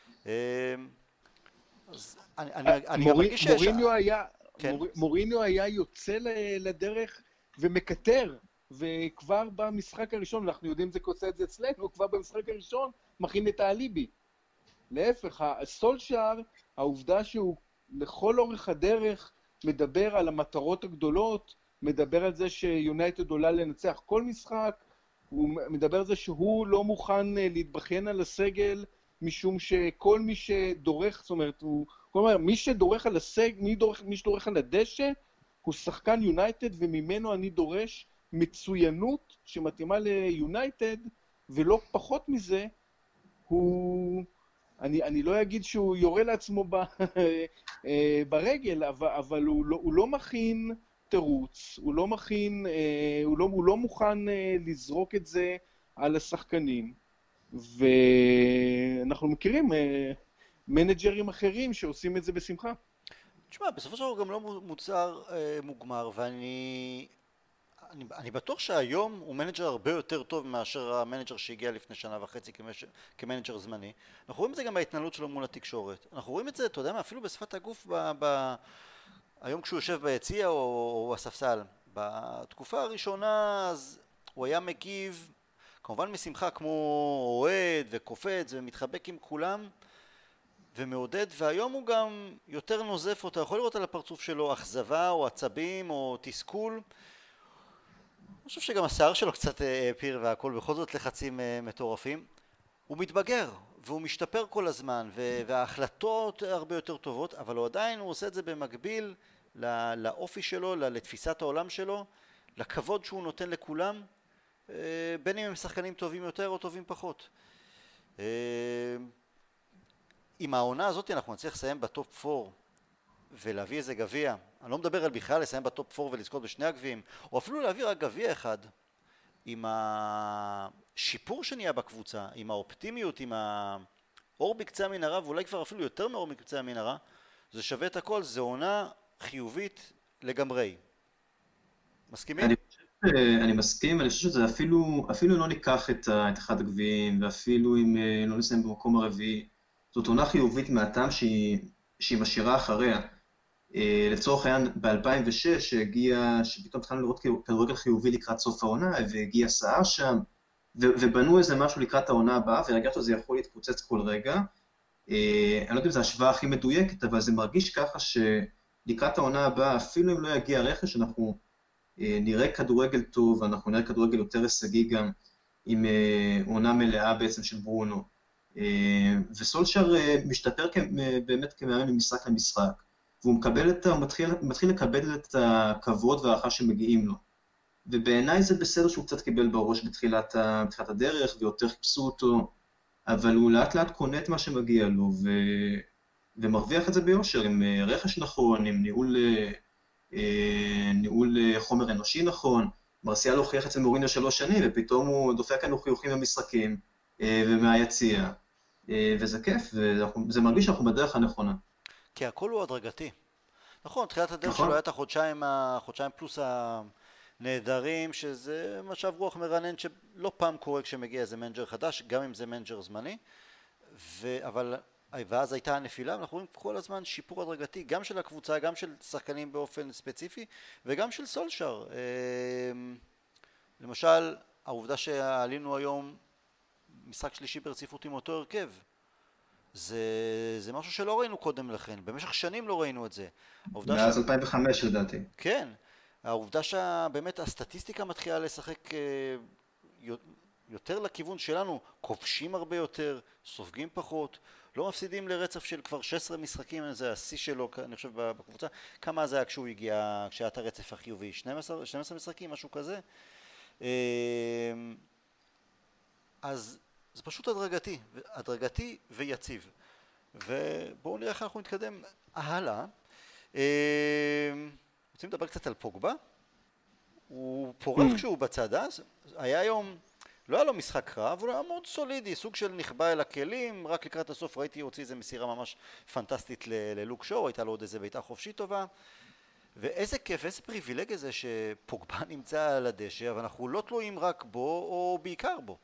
אז אני, אני, אני מור... מרגיש שיש... מוריניו היה, כן. מור... מוריניו היה יוצא לדרך ומקטר, וכבר במשחק הראשון, אנחנו יודעים זה עושה את זה אצלנו, כבר במשחק הראשון מכין את האליבי. להפך, הסולשאר, העובדה שהוא לכל אורך הדרך מדבר על המטרות הגדולות, מדבר על זה שיונייטד עולה לנצח כל משחק, הוא מדבר על זה שהוא לא מוכן להתבחן על הסגל, משום שכל מי שדורך, זאת אומרת, הוא, כלומר, מי שדורך על הסגל, מי, דורך, מי שדורך על הדשא, הוא שחקן יונייטד, וממנו אני דורש מצוינות שמתאימה ליונייטד, ולא פחות מזה, הוא, אני, אני לא אגיד שהוא יורה לעצמו ב, ברגל, אבל, אבל הוא, לא, הוא לא מכין תירוץ, הוא לא מכין, הוא לא, הוא לא מוכן לזרוק את זה על השחקנים, ואנחנו מכירים מנג'רים אחרים שעושים את זה בשמחה. תשמע, בסופו של דבר גם לא מוצר מוגמר, ואני אני, אני בטוח שהיום הוא מנג'ר הרבה יותר טוב מאשר המנג'ר שהגיע לפני שנה וחצי כמש, כמנג'ר זמני. אנחנו רואים את זה גם בהתנהלות שלו מול התקשורת. אנחנו רואים את זה, אתה יודע מה, אפילו בשפת הגוף ב... ב היום כשהוא יושב ביציע או, או הספסל, בתקופה הראשונה אז הוא היה מגיב, כמובן משמחה כמו אוהד וקופץ ומתחבק עם כולם, ומעודד, והיום הוא גם יותר נוזף, אתה יכול לראות על הפרצוף שלו אכזבה או עצבים או תסכול. אני חושב שגם השיער שלו קצת העפיר והכל, בכל זאת לחצים מטורפים. הוא מתבגר והוא משתפר כל הזמן, וההחלטות הרבה יותר טובות, אבל הוא עדיין הוא עושה את זה במקביל לאופי שלו, לתפיסת העולם שלו, לכבוד שהוא נותן לכולם, בין אם הם שחקנים טובים יותר או טובים פחות. עם העונה הזאת אנחנו נצליח לסיים בטופ ארבע ולהביא איזה גביע. אני לא מדבר על בכלל לסיים בטופ ארבע ולזכות בשני הגביעים, או אפילו להביא רק גביע אחד. עם השיפור שנהיה בקבוצה, עם האופטימיות, עם האור בקצה המנהרה, ואולי כבר אפילו יותר מאור בקצה המנהרה, זה שווה את הכל, זה עונה חיובית לגמרי. מסכימים? אני, אני מסכים, אני חושב שזה אפילו, אפילו לא ניקח את, את אחד הגביעים, ואפילו אם לא נסיים במקום הרביעי, זאת עונה חיובית מהטעם שהיא, שהיא משאירה אחריה. לצורך העניין ב-אלפיים ושש שהגיע, שפתאום התחלנו לראות כדורגל חיובי לקראת סוף העונה, והגיע סער שם, ובנו איזה משהו לקראת העונה הבאה, והרגשנו שזה יכול להתפוצץ כל רגע. אני לא יודע אם זו השוואה הכי מדויקת, אבל זה מרגיש ככה שלקראת העונה הבאה, אפילו אם לא יגיע רכש, אנחנו נראה כדורגל טוב, אנחנו נראה כדורגל יותר הישגי גם, עם עונה מלאה בעצם של ברונו. וסולשר משתפר באמת כמאמן ממשחק למשחק. והוא מקבל את, הוא מתחיל, מתחיל לקבל את הכבוד והערכה שמגיעים לו. ובעיניי זה בסדר שהוא קצת קיבל בראש בתחילת, בתחילת הדרך, ויותר חיפשו אותו, אבל הוא לאט לאט קונה את מה שמגיע לו, ו, ומרוויח את זה ביושר, עם רכש נכון, עם ניהול, ניהול חומר אנושי נכון. מרסיאל הוכיח את זה מוריניו שלוש שנים, ופתאום הוא דופק לנו חיוכים במשחקים, ומהיציאה. וזה כיף, וזה מרגיש שאנחנו בדרך הנכונה. כי הכל הוא הדרגתי. נכון, תחילת הדרך נכון. שלו היה את החודשיים, החודשיים פלוס הנהדרים, שזה משב רוח מרנן שלא פעם קורה כשמגיע איזה מנג'ר חדש, גם אם זה מנג'ר זמני, ו... אבל ואז הייתה הנפילה, ואנחנו רואים כל הזמן שיפור הדרגתי, גם של הקבוצה, גם של שחקנים באופן ספציפי, וגם של סולשר. למשל, העובדה שעלינו היום משחק שלישי ברציפות עם אותו הרכב, זה, זה משהו שלא ראינו קודם לכן, במשך שנים לא ראינו את זה. מאז ש... אלפיים וחמש לדעתי. כן, העובדה שבאמת הסטטיסטיקה מתחילה לשחק יותר לכיוון שלנו, כובשים הרבה יותר, סופגים פחות, לא מפסידים לרצף של כבר שש עשרה משחקים, זה השיא שלו, אני חושב, בקבוצה. כמה זה היה כשהוא הגיע, כשהיה את הרצף החיובי? שנים עשר, שנים עשר משחקים, משהו כזה? אז זה פשוט הדרגתי, הדרגתי ויציב. ובואו נראה איך אנחנו נתקדם הלאה. רוצים לדבר קצת על פוגבה? הוא פורח כשהוא בצד, אז היה היום, לא היה לו משחק קרב, הוא היה מאוד סולידי, סוג של נכבה אל הכלים, רק לקראת הסוף ראיתי הוציא איזה מסירה ממש פנטסטית ללוק שואו, הייתה לו עוד איזה בעיטה חופשית טובה. ואיזה כיף, איזה פריבילג זה שפוגבה נמצא על הדשא, אבל אנחנו לא תלויים רק בו או בעיקר בו.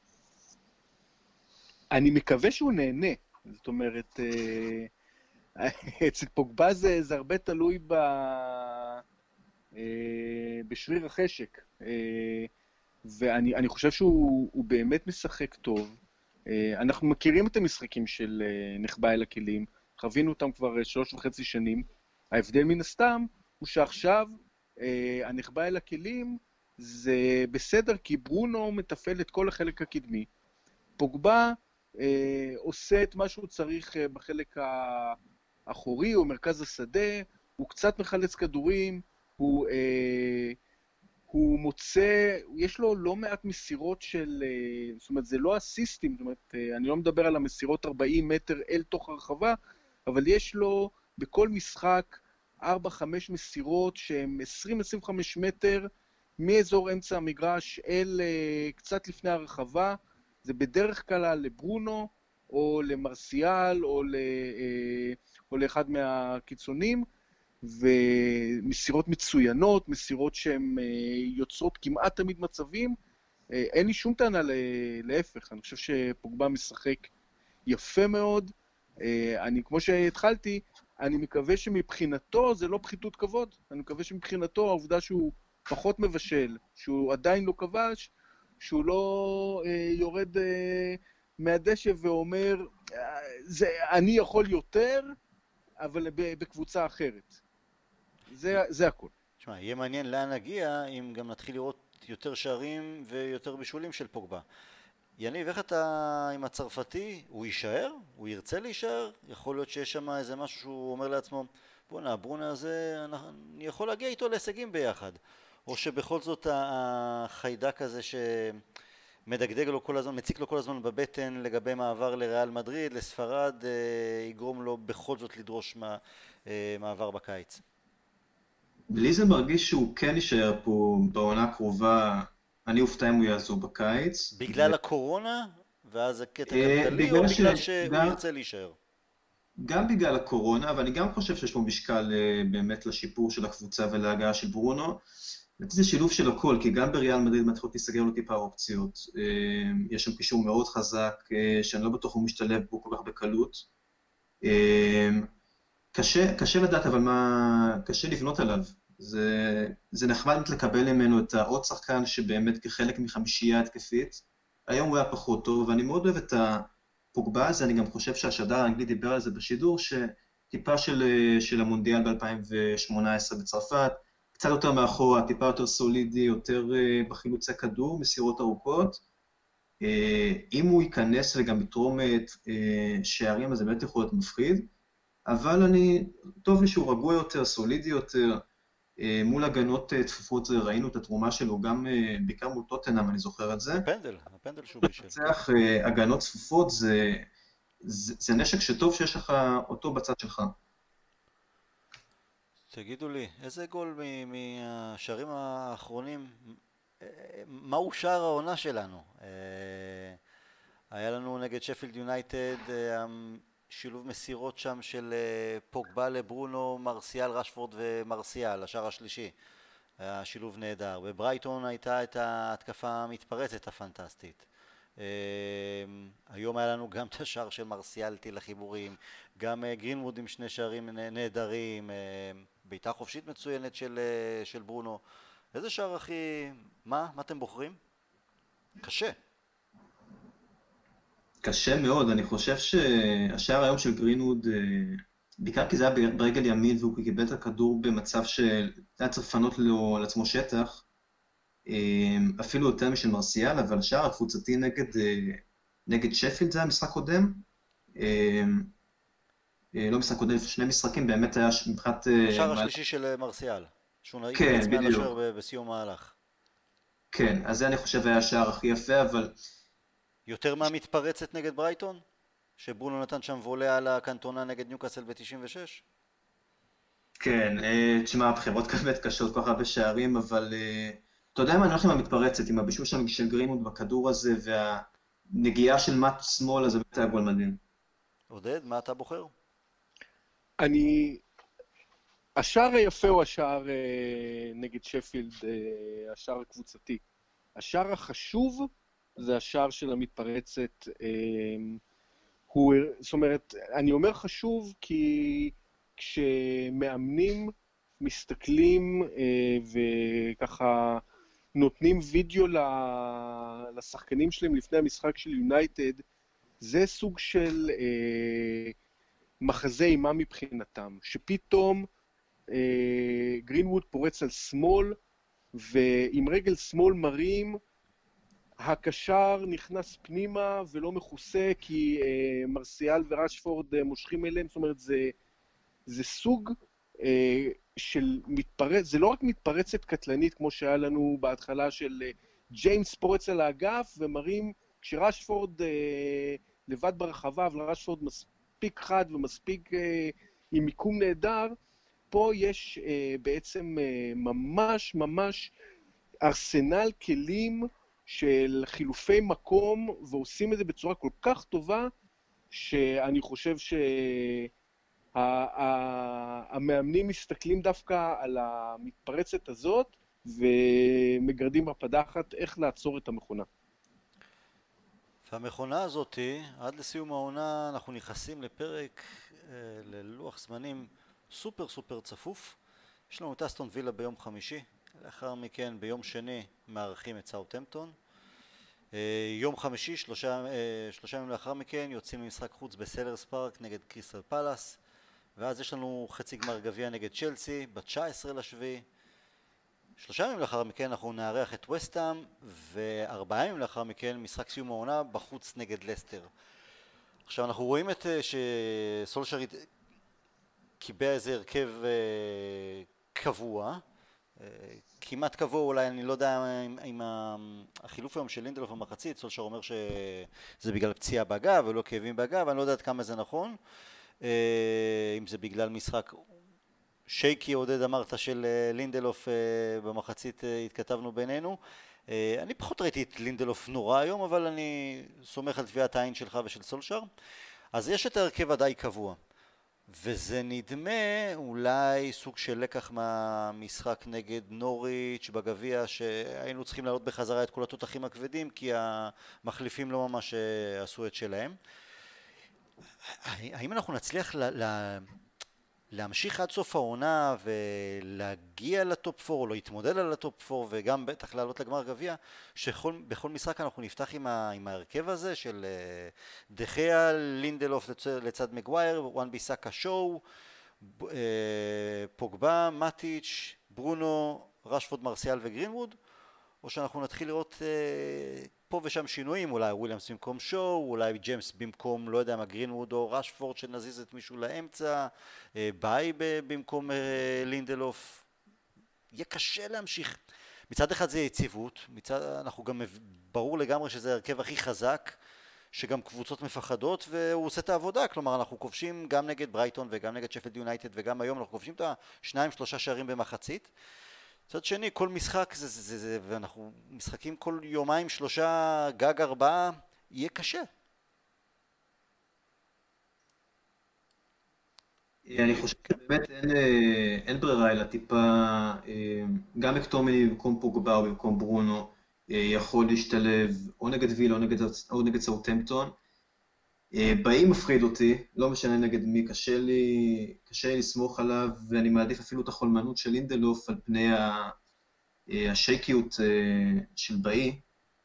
אני מקווה שהוא נהנה, זאת אומרת, אצל פוגבה זה, זה הרבה תלוי ב, בשריר החשק, ואני אני חושב שהוא באמת משחק טוב. אנחנו מכירים את המשחקים של נחבא אל הכלים, חווינו אותם כבר שלוש וחצי שנים. ההבדל מן הסתם הוא שעכשיו הנחבא אל הכלים זה בסדר, כי ברונו מטפל את כל החלק הקדמי. פוגבה אה, עושה את מה שהוא צריך אה, בחלק האחורי או מרכז השדה, הוא קצת מחלץ כדורים, הוא, אה, הוא מוצא, יש לו לא מעט מסירות של, אה, זאת אומרת זה לא אסיסטים, זאת אומרת אה, אני לא מדבר על המסירות ארבעים מטר אל תוך הרחבה, אבל יש לו בכל משחק ארבע חמש מסירות שהן עשרים עד עשרים וחמישה מטר מאזור אמצע המגרש אל אה, קצת לפני הרחבה, זה בדרך כלל לברונו, או למרסיאל, או, ל, או לאחד מהקיצונים, ומסירות מצוינות, מסירות שהן יוצרות כמעט תמיד מצבים. אין לי שום טענה להפך, אני חושב שפוגבה משחק יפה מאוד. אני, כמו שהתחלתי, אני מקווה שמבחינתו זה לא פחיתות כבוד, אני מקווה שמבחינתו העובדה שהוא פחות מבשל, שהוא עדיין לא כבש, שהוא לא אה, יורד אה, מהדשא ואומר, זה, אני יכול יותר, אבל בקבוצה אחרת. זה, זה הכל. תשמע, יהיה מעניין לאן נגיע אם גם נתחיל לראות יותר שערים ויותר בישולים של פוגבה. יניב, איך אתה עם הצרפתי? הוא יישאר? הוא ירצה להישאר? יכול להיות שיש שם איזה משהו שהוא אומר לעצמו, בוא'נה, ברונה הזה, אני יכול להגיע איתו להישגים ביחד. או שבכל זאת החיידק הזה שמדגדג לו כל הזמן, מציק לו כל הזמן בבטן לגבי מעבר לריאל מדריד, לספרד, יגרום לו בכל זאת לדרוש מעבר בקיץ. לי זה מרגיש שהוא כן יישאר פה בעונה הקרובה, אני אופתע אם הוא יעזור בקיץ. בגלל הקורונה? ואז הקטע כלכלי, או בגלל שהוא ירצה להישאר? גם בגלל הקורונה, אבל אני גם חושב שיש פה משקל באמת לשיפור של הקבוצה ולהגעה של ברונו. זה שילוב של הכל, כי גם בריאל מדריד מתחילות להיסגר לו טיפה אופציות. יש שם קישור מאוד חזק, שאני לא בטוח הוא משתלב בו כל כך בקלות. קשה, קשה לדעת, אבל מה, קשה לבנות עליו. זה, זה נחמד לקבל ממנו את העוד שחקן שבאמת כחלק מחמישייה התקפית. היום הוא היה פחות טוב, ואני מאוד אוהב את הפוגבה הזה, אני גם חושב שהשדר האנגלי דיבר על זה בשידור, שטיפה של, של המונדיאל ב-אלפיים שמונה עשרה בצרפת, קצת יותר מאחורה, טיפה יותר סולידי, יותר בחילוצי כדור, מסירות ארוכות. אם הוא ייכנס וגם יתרום את שערים, אז זה באמת יכול להיות מפחיד. אבל אני, טוב לי שהוא רגוע יותר, סולידי יותר, מול הגנות תפופות ראינו את התרומה שלו, גם בעיקר מול טוטנהאם, אני זוכר את זה. הפנדל, הפנדל שהוא בישל. לנצח הגנות צפופות זה, זה, זה נשק שטוב שיש לך אותו בצד שלך. תגידו לי, איזה גול מהשערים האחרונים, מהו שער העונה שלנו? היה לנו נגד שפילד יונייטד, שילוב מסירות שם של פוגבה לברונו, מרסיאל, רשפורד ומרסיאל, השער השלישי. היה שילוב נהדר. בברייטון הייתה את ההתקפה המתפרצת הפנטסטית. היום היה לנו גם את השער של מרסיאל טיל החיבורים, גם גרינווד עם שני שערים נהדרים, בעיטה חופשית מצוינת של, של ברונו. איזה שער הכי... מה? מה אתם בוחרים? קשה. קשה מאוד, אני חושב שהשער היום של גרינווד, בעיקר כי זה היה ברגל ימין והוא קיבל את הכדור במצב שהיה צריך לפנות לו על עצמו שטח, אפילו יותר משל מרסיאל, אבל השער הקבוצתי נגד, נגד שפילד זה המשחק קודם, לא משחק קודם, שני משחקים באמת היה מבחינת... השער השלישי של מרסיאל, שהוא נעיק כן, עצמי על בדיוק. השער בסיום ההלך. כן, אז זה אני חושב היה השער הכי יפה, אבל... יותר מהמתפרצת נגד ברייטון? שברונו נתן שם וולה על הקנטונה נגד ניוקאסל ב-תשעים ושש? כן, תשמע, הבחירות באמת קשות כל כך הרבה שערים, אבל אתה יודע מה, אני הולך עם המתפרצת, עם הבישול שם של גרינווד בכדור הזה, והנגיעה של מט שמאל, אז זה באמת היה גול מדהים. עודד, מה אתה בוחר? אני... השער היפה הוא השער נגד שפילד, השער הקבוצתי. השער החשוב זה השער של המתפרצת. הוא, זאת אומרת, אני אומר חשוב כי כשמאמנים מסתכלים וככה נותנים וידאו לשחקנים שלהם לפני המשחק של יונייטד, זה סוג של מחזה אימה מבחינתם, שפתאום גרינווד פורץ על שמאל, ועם רגל שמאל מרים, הקשר נכנס פנימה ולא מכוסה, כי אה, מרסיאל ורשפורד אה, מושכים אליהם, זאת אומרת, זה, זה סוג אה, של מתפרץ, זה לא רק מתפרצת קטלנית, כמו שהיה לנו בהתחלה של אה, ג'יימס פורץ על האגף, ומרים, כשרשפורד אה, לבד ברחבה, אבל רשפורד מספיק חד ומספיק אה, עם מיקום נהדר, פה יש אה, בעצם אה, ממש ממש ארסנל כלים של חילופי מקום, ועושים את זה בצורה כל כך טובה, שאני חושב שהמאמנים מסתכלים דווקא על המתפרצת הזאת, ומגרדים בפדחת איך לעצור את המכונה. והמכונה הזאת, עד לסיום העונה, אנחנו נכנסים לפרק, ללוח זמנים סופר סופר צפוף. יש לנו את אסטון וילה ביום חמישי, לאחר מכן ביום שני מארחים את סאות'המפטון. יום חמישי, שלושה, שלושה ימים לאחר מכן, יוצאים למשחק חוץ בסלרס פארק נגד קריסטל פלאס, ואז יש לנו חצי גמר גביע נגד צ'לסי ב-תשעה עשר לשביעי. שלושה ימים לאחר מכן אנחנו נארח את וסטהאם, וארבעה ימים לאחר מכן משחק סיום העונה בחוץ נגד לסטר. עכשיו אנחנו רואים את שסולשר קיבע איזה הרכב קבוע, כמעט קבוע, אולי אני לא יודע אם החילוף היום של לינדלוף במחצית, סולשר אומר שזה בגלל פציעה בגב ולא כאבים בגב, אני לא יודע עד כמה זה נכון, אם זה בגלל משחק שייקי, עודד אמרת, של לינדלוף במחצית, התכתבנו בינינו. אני פחות ראיתי את לינדלוף נורא היום, אבל אני סומך על טביעת העין שלך ושל סולשר. אז יש את ההרכב הדי קבוע, וזה נדמה אולי סוג של לקח מהמשחק נגד נוריץ' בגביע, שהיינו צריכים לעלות בחזרה את כל התותחים הכבדים, כי המחליפים לא ממש עשו את שלהם. האם אנחנו נצליח ל... ל... להמשיך עד סוף העונה ולהגיע לטופ ארבע או להתמודד על הטופ ארבע וגם בטח לעלות לגמר גביע, שבכל משחק אנחנו נפתח עם, ה, עם ההרכב הזה של דחיה, לינדלוף לצד, לצד מגווייר, וואן ביסאקה שואו, פוגבה, מטיץ', ברונו, רשפורד, מרסיאל וגרינווד, או שאנחנו נתחיל לראות פה ושם שינויים, אולי וויליאמס במקום שואו, אולי ג'יימס במקום, לא יודע מה, גרינווד או רשפורד, שנזיז את מישהו לאמצע, ביי במקום לינדלוף. יהיה קשה להמשיך. מצד אחד זה יציבות, מצד, אנחנו גם ברור לגמרי שזה הרכב הכי חזק, שגם קבוצות מפחדות, והוא עושה את העבודה, כלומר אנחנו כובשים גם נגד ברייטון וגם נגד שפילד יונייטד, וגם היום אנחנו כובשים את השניים שלושה שערים במחצית. מצד שני, כל משחק זה, זה, זה, זה, ואנחנו משחקים כל יומיים, שלושה, גג ארבעה, יהיה קשה. אני חושב שבאמת אין, אין ברירה, אלא טיפה, גם מקטומני במקום פוגבה או במקום ברונו, יכול להשתלב או נגד וילה או נגד, או נגד סאות'המפטון. באי מפחיד אותי, לא משנה נגד מי, קשה לי, קשה לי לסמוך עליו, ואני מעדיף אפילו את החולמנות של לינדלוף על פני השייקיות של באי.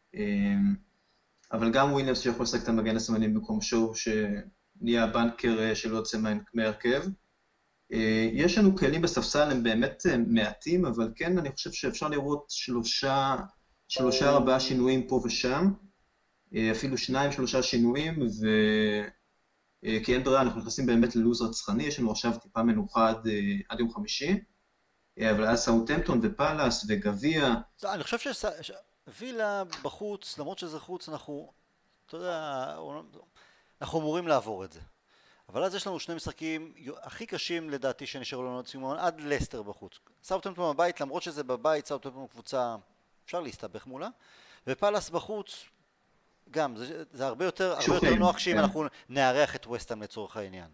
אבל גם וויליאמס שיכול לשחק את המגן השמאלי במקום שואו, שנהיה הבנקר שלא יוצא מהרכב. יש לנו כלים בספסל, הם באמת מעטים, אבל כן אני חושב שאפשר לראות שלושה, שלושה ארבעה שינויים פה ושם. אפילו שניים, שלושה שינויים, ו... כי אין ברירה, אנחנו נכנסים באמת ללוז רצחני, יש לנו עכשיו טיפה מנוחה עד, עד יום חמישי, אבל אז סאות'המפטון ופלאס וגביע. אני חושב שווילה בחוץ, למרות שזה חוץ, אנחנו, אתה יודע, אנחנו אמורים לעבור את זה. אבל אז יש לנו שני משחקים הכי קשים לדעתי שנשארו לנו עד סיום, עד לסטר בחוץ. סאות'המפטון בבית, למרות שזה בבית, סאות'המפטון קבוצה, אפשר להסתבך מולה, ופלאס בחוץ, גם, זה, זה הרבה יותר, הרבה יותר נוח שאם אנחנו נארח את וסטהאם לצורך העניין.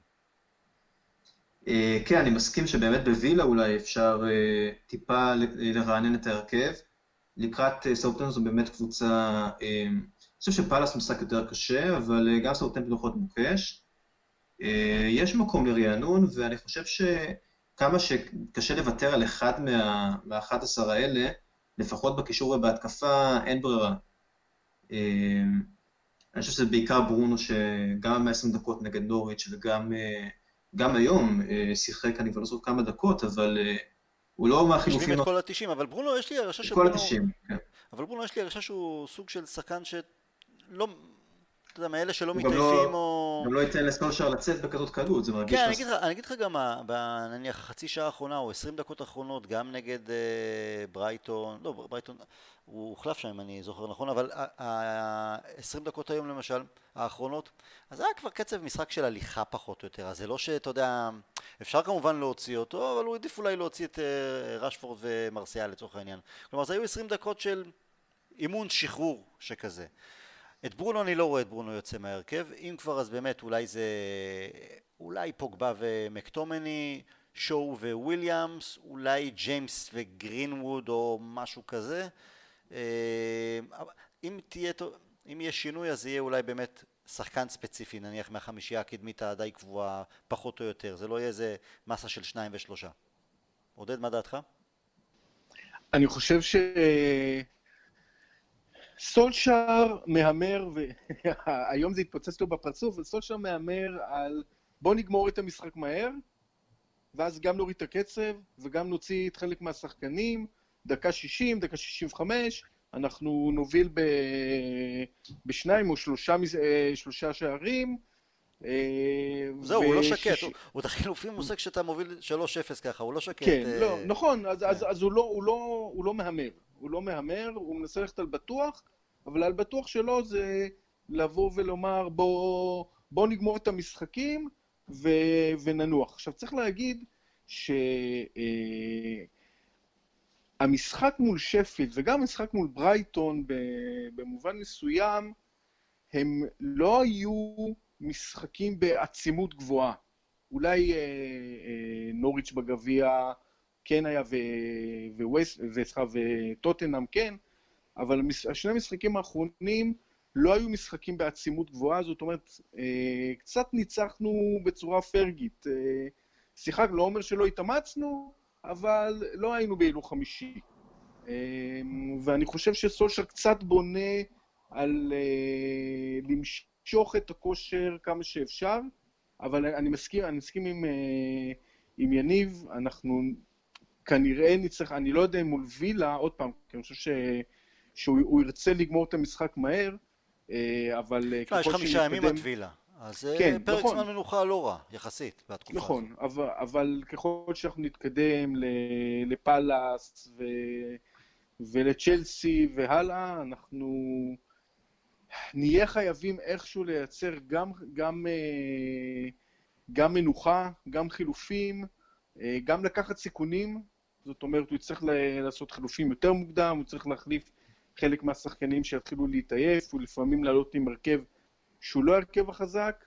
כן, אני מסכים שבאמת בווילה אולי אפשר טיפה לרענן את ההרכב. לקראת סאות'המפטון זו באמת קבוצה, אני חושב שפלאס משחק יותר קשה, אבל גם סאות'המפטון יכול להיות מוקש. יש מקום לרענון, ואני חושב שכמה שקשה לוותר על אחד מה, מה-אחת עשרה האלה, לפחות בקישור ובהתקפה, אין ברירה. אני חושב שזה בעיקר ברונו שגם מאה ועשרים דקות נגד נוריץ' וגם גם היום שיחק, אני כבר לא זוכר כמה דקות, אבל הוא לא מהחילופים... משלים את כל ה-תשעים, אבל ברונו יש לי הרגשה שברונו... כל ה-תשעים, כן. אבל ברונו יש לי הרגשה שהוא סוג של שחקן שלא... אתה יודע, מאלה שלא מתעייפים או... גם לא ייתן לסולשר לצאת בכזאת קלות, זה מרגיש... כן, אני אגיד לך גם, נניח, החצי שעה האחרונה או עשרים דקות האחרונות, גם נגד ברייטון, לא, ברייטון, הוא הוחלף שם אם אני זוכר נכון, אבל ה-עשרים דקות היום למשל, האחרונות, אז זה היה כבר קצב משחק של הליכה פחות או יותר, אז זה לא שאתה יודע, אפשר כמובן להוציא אותו, אבל הוא עדיף אולי להוציא את רשפורד ומרסיאל לצורך העניין. כלומר, זה היו עשרים דקות של אימון שחרור שכזה. את ברונו אני לא רואה את ברונו יוצא מהרכב, אם כבר אז באמת אולי זה, אולי פוגבה ומקטומני, שואו וויליאמס, אולי ג'יימס וגרינווד או משהו כזה. אם תהיה, אם יהיה שינוי אז יהיה אולי באמת שחקן ספציפי, נניח מהחמישייה הקדמית הדי קבועה פחות או יותר, זה לא יהיה איזה מסה של שניים ושלושה. עודד, מה דעתך? אני חושב ש... סולשר מהמר, והיום זה התפוצץ לו בפרצוף, וסולשר מהמר על בוא נגמור את המשחק מהר, ואז גם נוריד את הקצב, וגם נוציא את חלק מהשחקנים, דקה שישים, דקה שישים וחמש, אנחנו נוביל ב... בשניים או שלושה, שלושה שערים. זהו, הוא לא שקט, הוא, הוא תחילופים מושג שאתה מוביל שלוש אפס ככה, הוא לא שקט. כן, אה... לא, נכון, אז, אז, אז הוא, לא, הוא, לא, הוא לא מהמר, הוא לא מהמר, הוא מנסה ללכת על בטוח, אבל על בטוח שלו זה לבוא ולומר בוא, בוא נגמור את המשחקים ו, וננוח. עכשיו צריך להגיד שהמשחק מול שפילד וגם המשחק מול ברייטון במובן מסוים הם לא היו משחקים בעצימות גבוהה. אולי אה, אה, נוריץ' בגביע כן היה וטוטנהאם כן, אבל השני המשחקים האחרונים לא היו משחקים בעצימות גבוהה, זאת אומרת, אה, קצת ניצחנו בצורה פרגית. אה, שיחק, לא אומר שלא התאמצנו, אבל לא היינו בהילוך חמישי. אה, ואני חושב שסולשר קצת בונה על אה, למשוך את הכושר כמה שאפשר, אבל אני מסכים, אני מסכים עם, אה, עם יניב, אנחנו כנראה נצטרך, אני לא יודע אם מול וילה, עוד פעם, כי אני חושב ש... שהוא ירצה לגמור את המשחק מהר, אבל יש חמישה ימים עד וילה, אז זה פרק זמן מנוחה לא רע, יחסית, בתקופה הזאת. נכון, אבל ככל שאנחנו נתקדם לפלאס ולצ'לסי והלאה, אנחנו נהיה חייבים איכשהו לייצר גם מנוחה, גם חילופים, גם לקחת סיכונים, זאת אומרת, הוא צריך לעשות חילופים יותר מוקדם, הוא צריך להחליף חלק מהשחקנים שיתחילו להתעייף, ולפעמים לעלות עם הרכב שהוא לא הרכב החזק,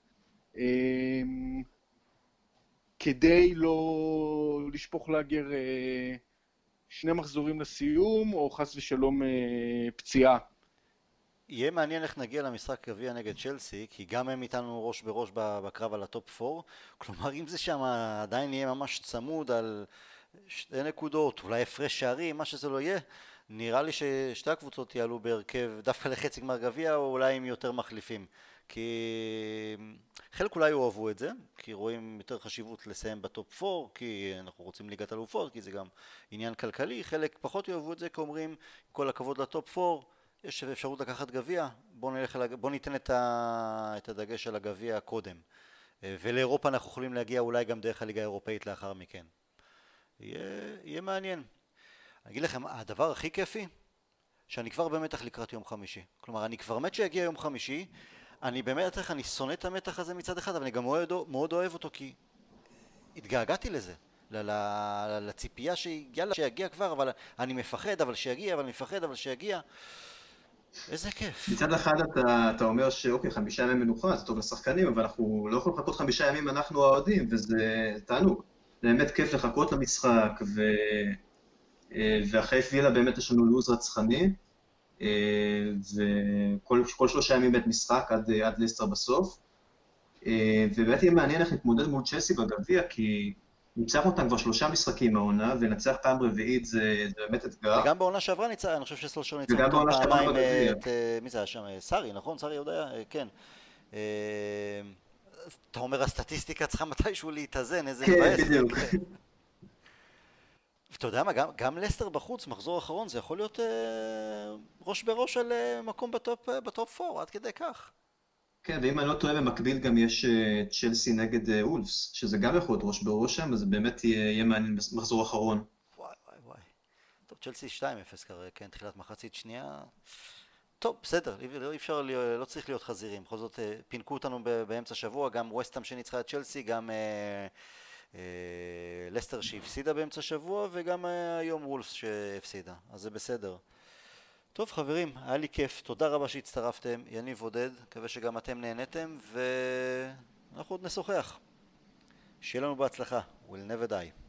כדי לא לשפוך לאגר שני מחזורים לסיום, או חס ושלום פציעה. יהיה מעניין איך נגיע למשחק גביע נגד צ'לסי, כי גם הם איתנו ראש בראש בקרב על הטופ ארבע, כלומר אם זה שם עדיין יהיה ממש צמוד על שתי נקודות, אולי הפרש שערים, מה שזה לא יהיה, נראה לי ששתי הקבוצות יעלו בהרכב דווקא לחצי גמר גביע, או אולי עם יותר מחליפים, כי חלק אולי אוהבו את זה, כי רואים יותר חשיבות לסיים בטופ ארבע, כי אנחנו רוצים ליגת אלופות, כי זה גם עניין כלכלי, חלק פחות אוהבו את זה, כי אומרים כל הכבוד לטופ ארבע, יש אפשרות לקחת גביע, בוא, נלך, בוא ניתן את, ה, את הדגש על הגביע קודם, ולאירופה אנחנו יכולים להגיע אולי גם דרך הליגה האירופאית לאחר מכן. יהיה, יהיה מעניין. אני אגיד לכם, הדבר הכי כיפי, שאני כבר במתח לקראת יום חמישי. כלומר, אני כבר מת שיגיע יום חמישי, אני במתח, אני שונא את המתח הזה מצד אחד, אבל אני גם מאוד, מאוד אוהב אותו, כי התגעגעתי לזה, לציפייה שיאללה, שיגיע כבר, אבל אני מפחד, אבל שיגיע, אבל אני מפחד, אבל שיגיע. איזה כיף. מצד אחד אתה, אתה אומר שאוקיי, חמישה ימים מנוחה, זה טוב לשחקנים, אבל אנחנו לא יכולים לחכות חמישה ימים, אנחנו האוהדים, וזה תענוג. באמת כיף לחכות למשחק, ו... ואחרי וילה באמת יש לנו לוז רצחני, וכל כל שלושה ימים בית משחק עד, עד לסטר בסוף, ובאמת יהיה מעניין איך להתמודד מול צ'לסי בגביע, כי ניצח אותם כבר שלושה משחקים מהעונה, ונצח פעם רביעית זה, זה באמת אתגר. וגם בעונה שעברה ניצח, אני חושב שסולשר ניצח אותם פעמיים, את, מי זה היה שם? סארי, נכון? סארי יודע? כן. אתה אומר, הסטטיסטיקה צריכה מתישהו להתאזן, איזה מבאס. כן, בדיוק. ואתה יודע מה, גם, גם לסטר בחוץ, מחזור אחרון, זה יכול להיות אה, ראש בראש על אה, מקום בטופ, אה, בטופ ארבע, עד כדי כך. כן, ואם אני לא טועה, במקביל גם יש uh, צ'לסי נגד uh, וולפס, שזה גם יכול להיות ראש בראש שם, אז זה באמת יהיה, יהיה מעניין מחזור אחרון. וואי וואי וואי. טוב, צ'לסי שתיים אפס כרגע, כן, תחילת מחצית שנייה. טוב, בסדר, אי אפשר, לא צריך להיות חזירים. בכל זאת, אה, פינקו אותנו באמצע שבוע, גם ווסטהאם שניצחה את צ'לסי, גם... אה, לסטר שהפסידה באמצע שבוע, וגם היום וולפס שהפסידה, אז זה בסדר. טוב חברים, היה לי כיף, תודה רבה שהצטרפתם, יניב עודד, מקווה שגם אתם נהנתם, ואנחנו עוד נשוחח. שיהיה לנו בהצלחה, we'll never die.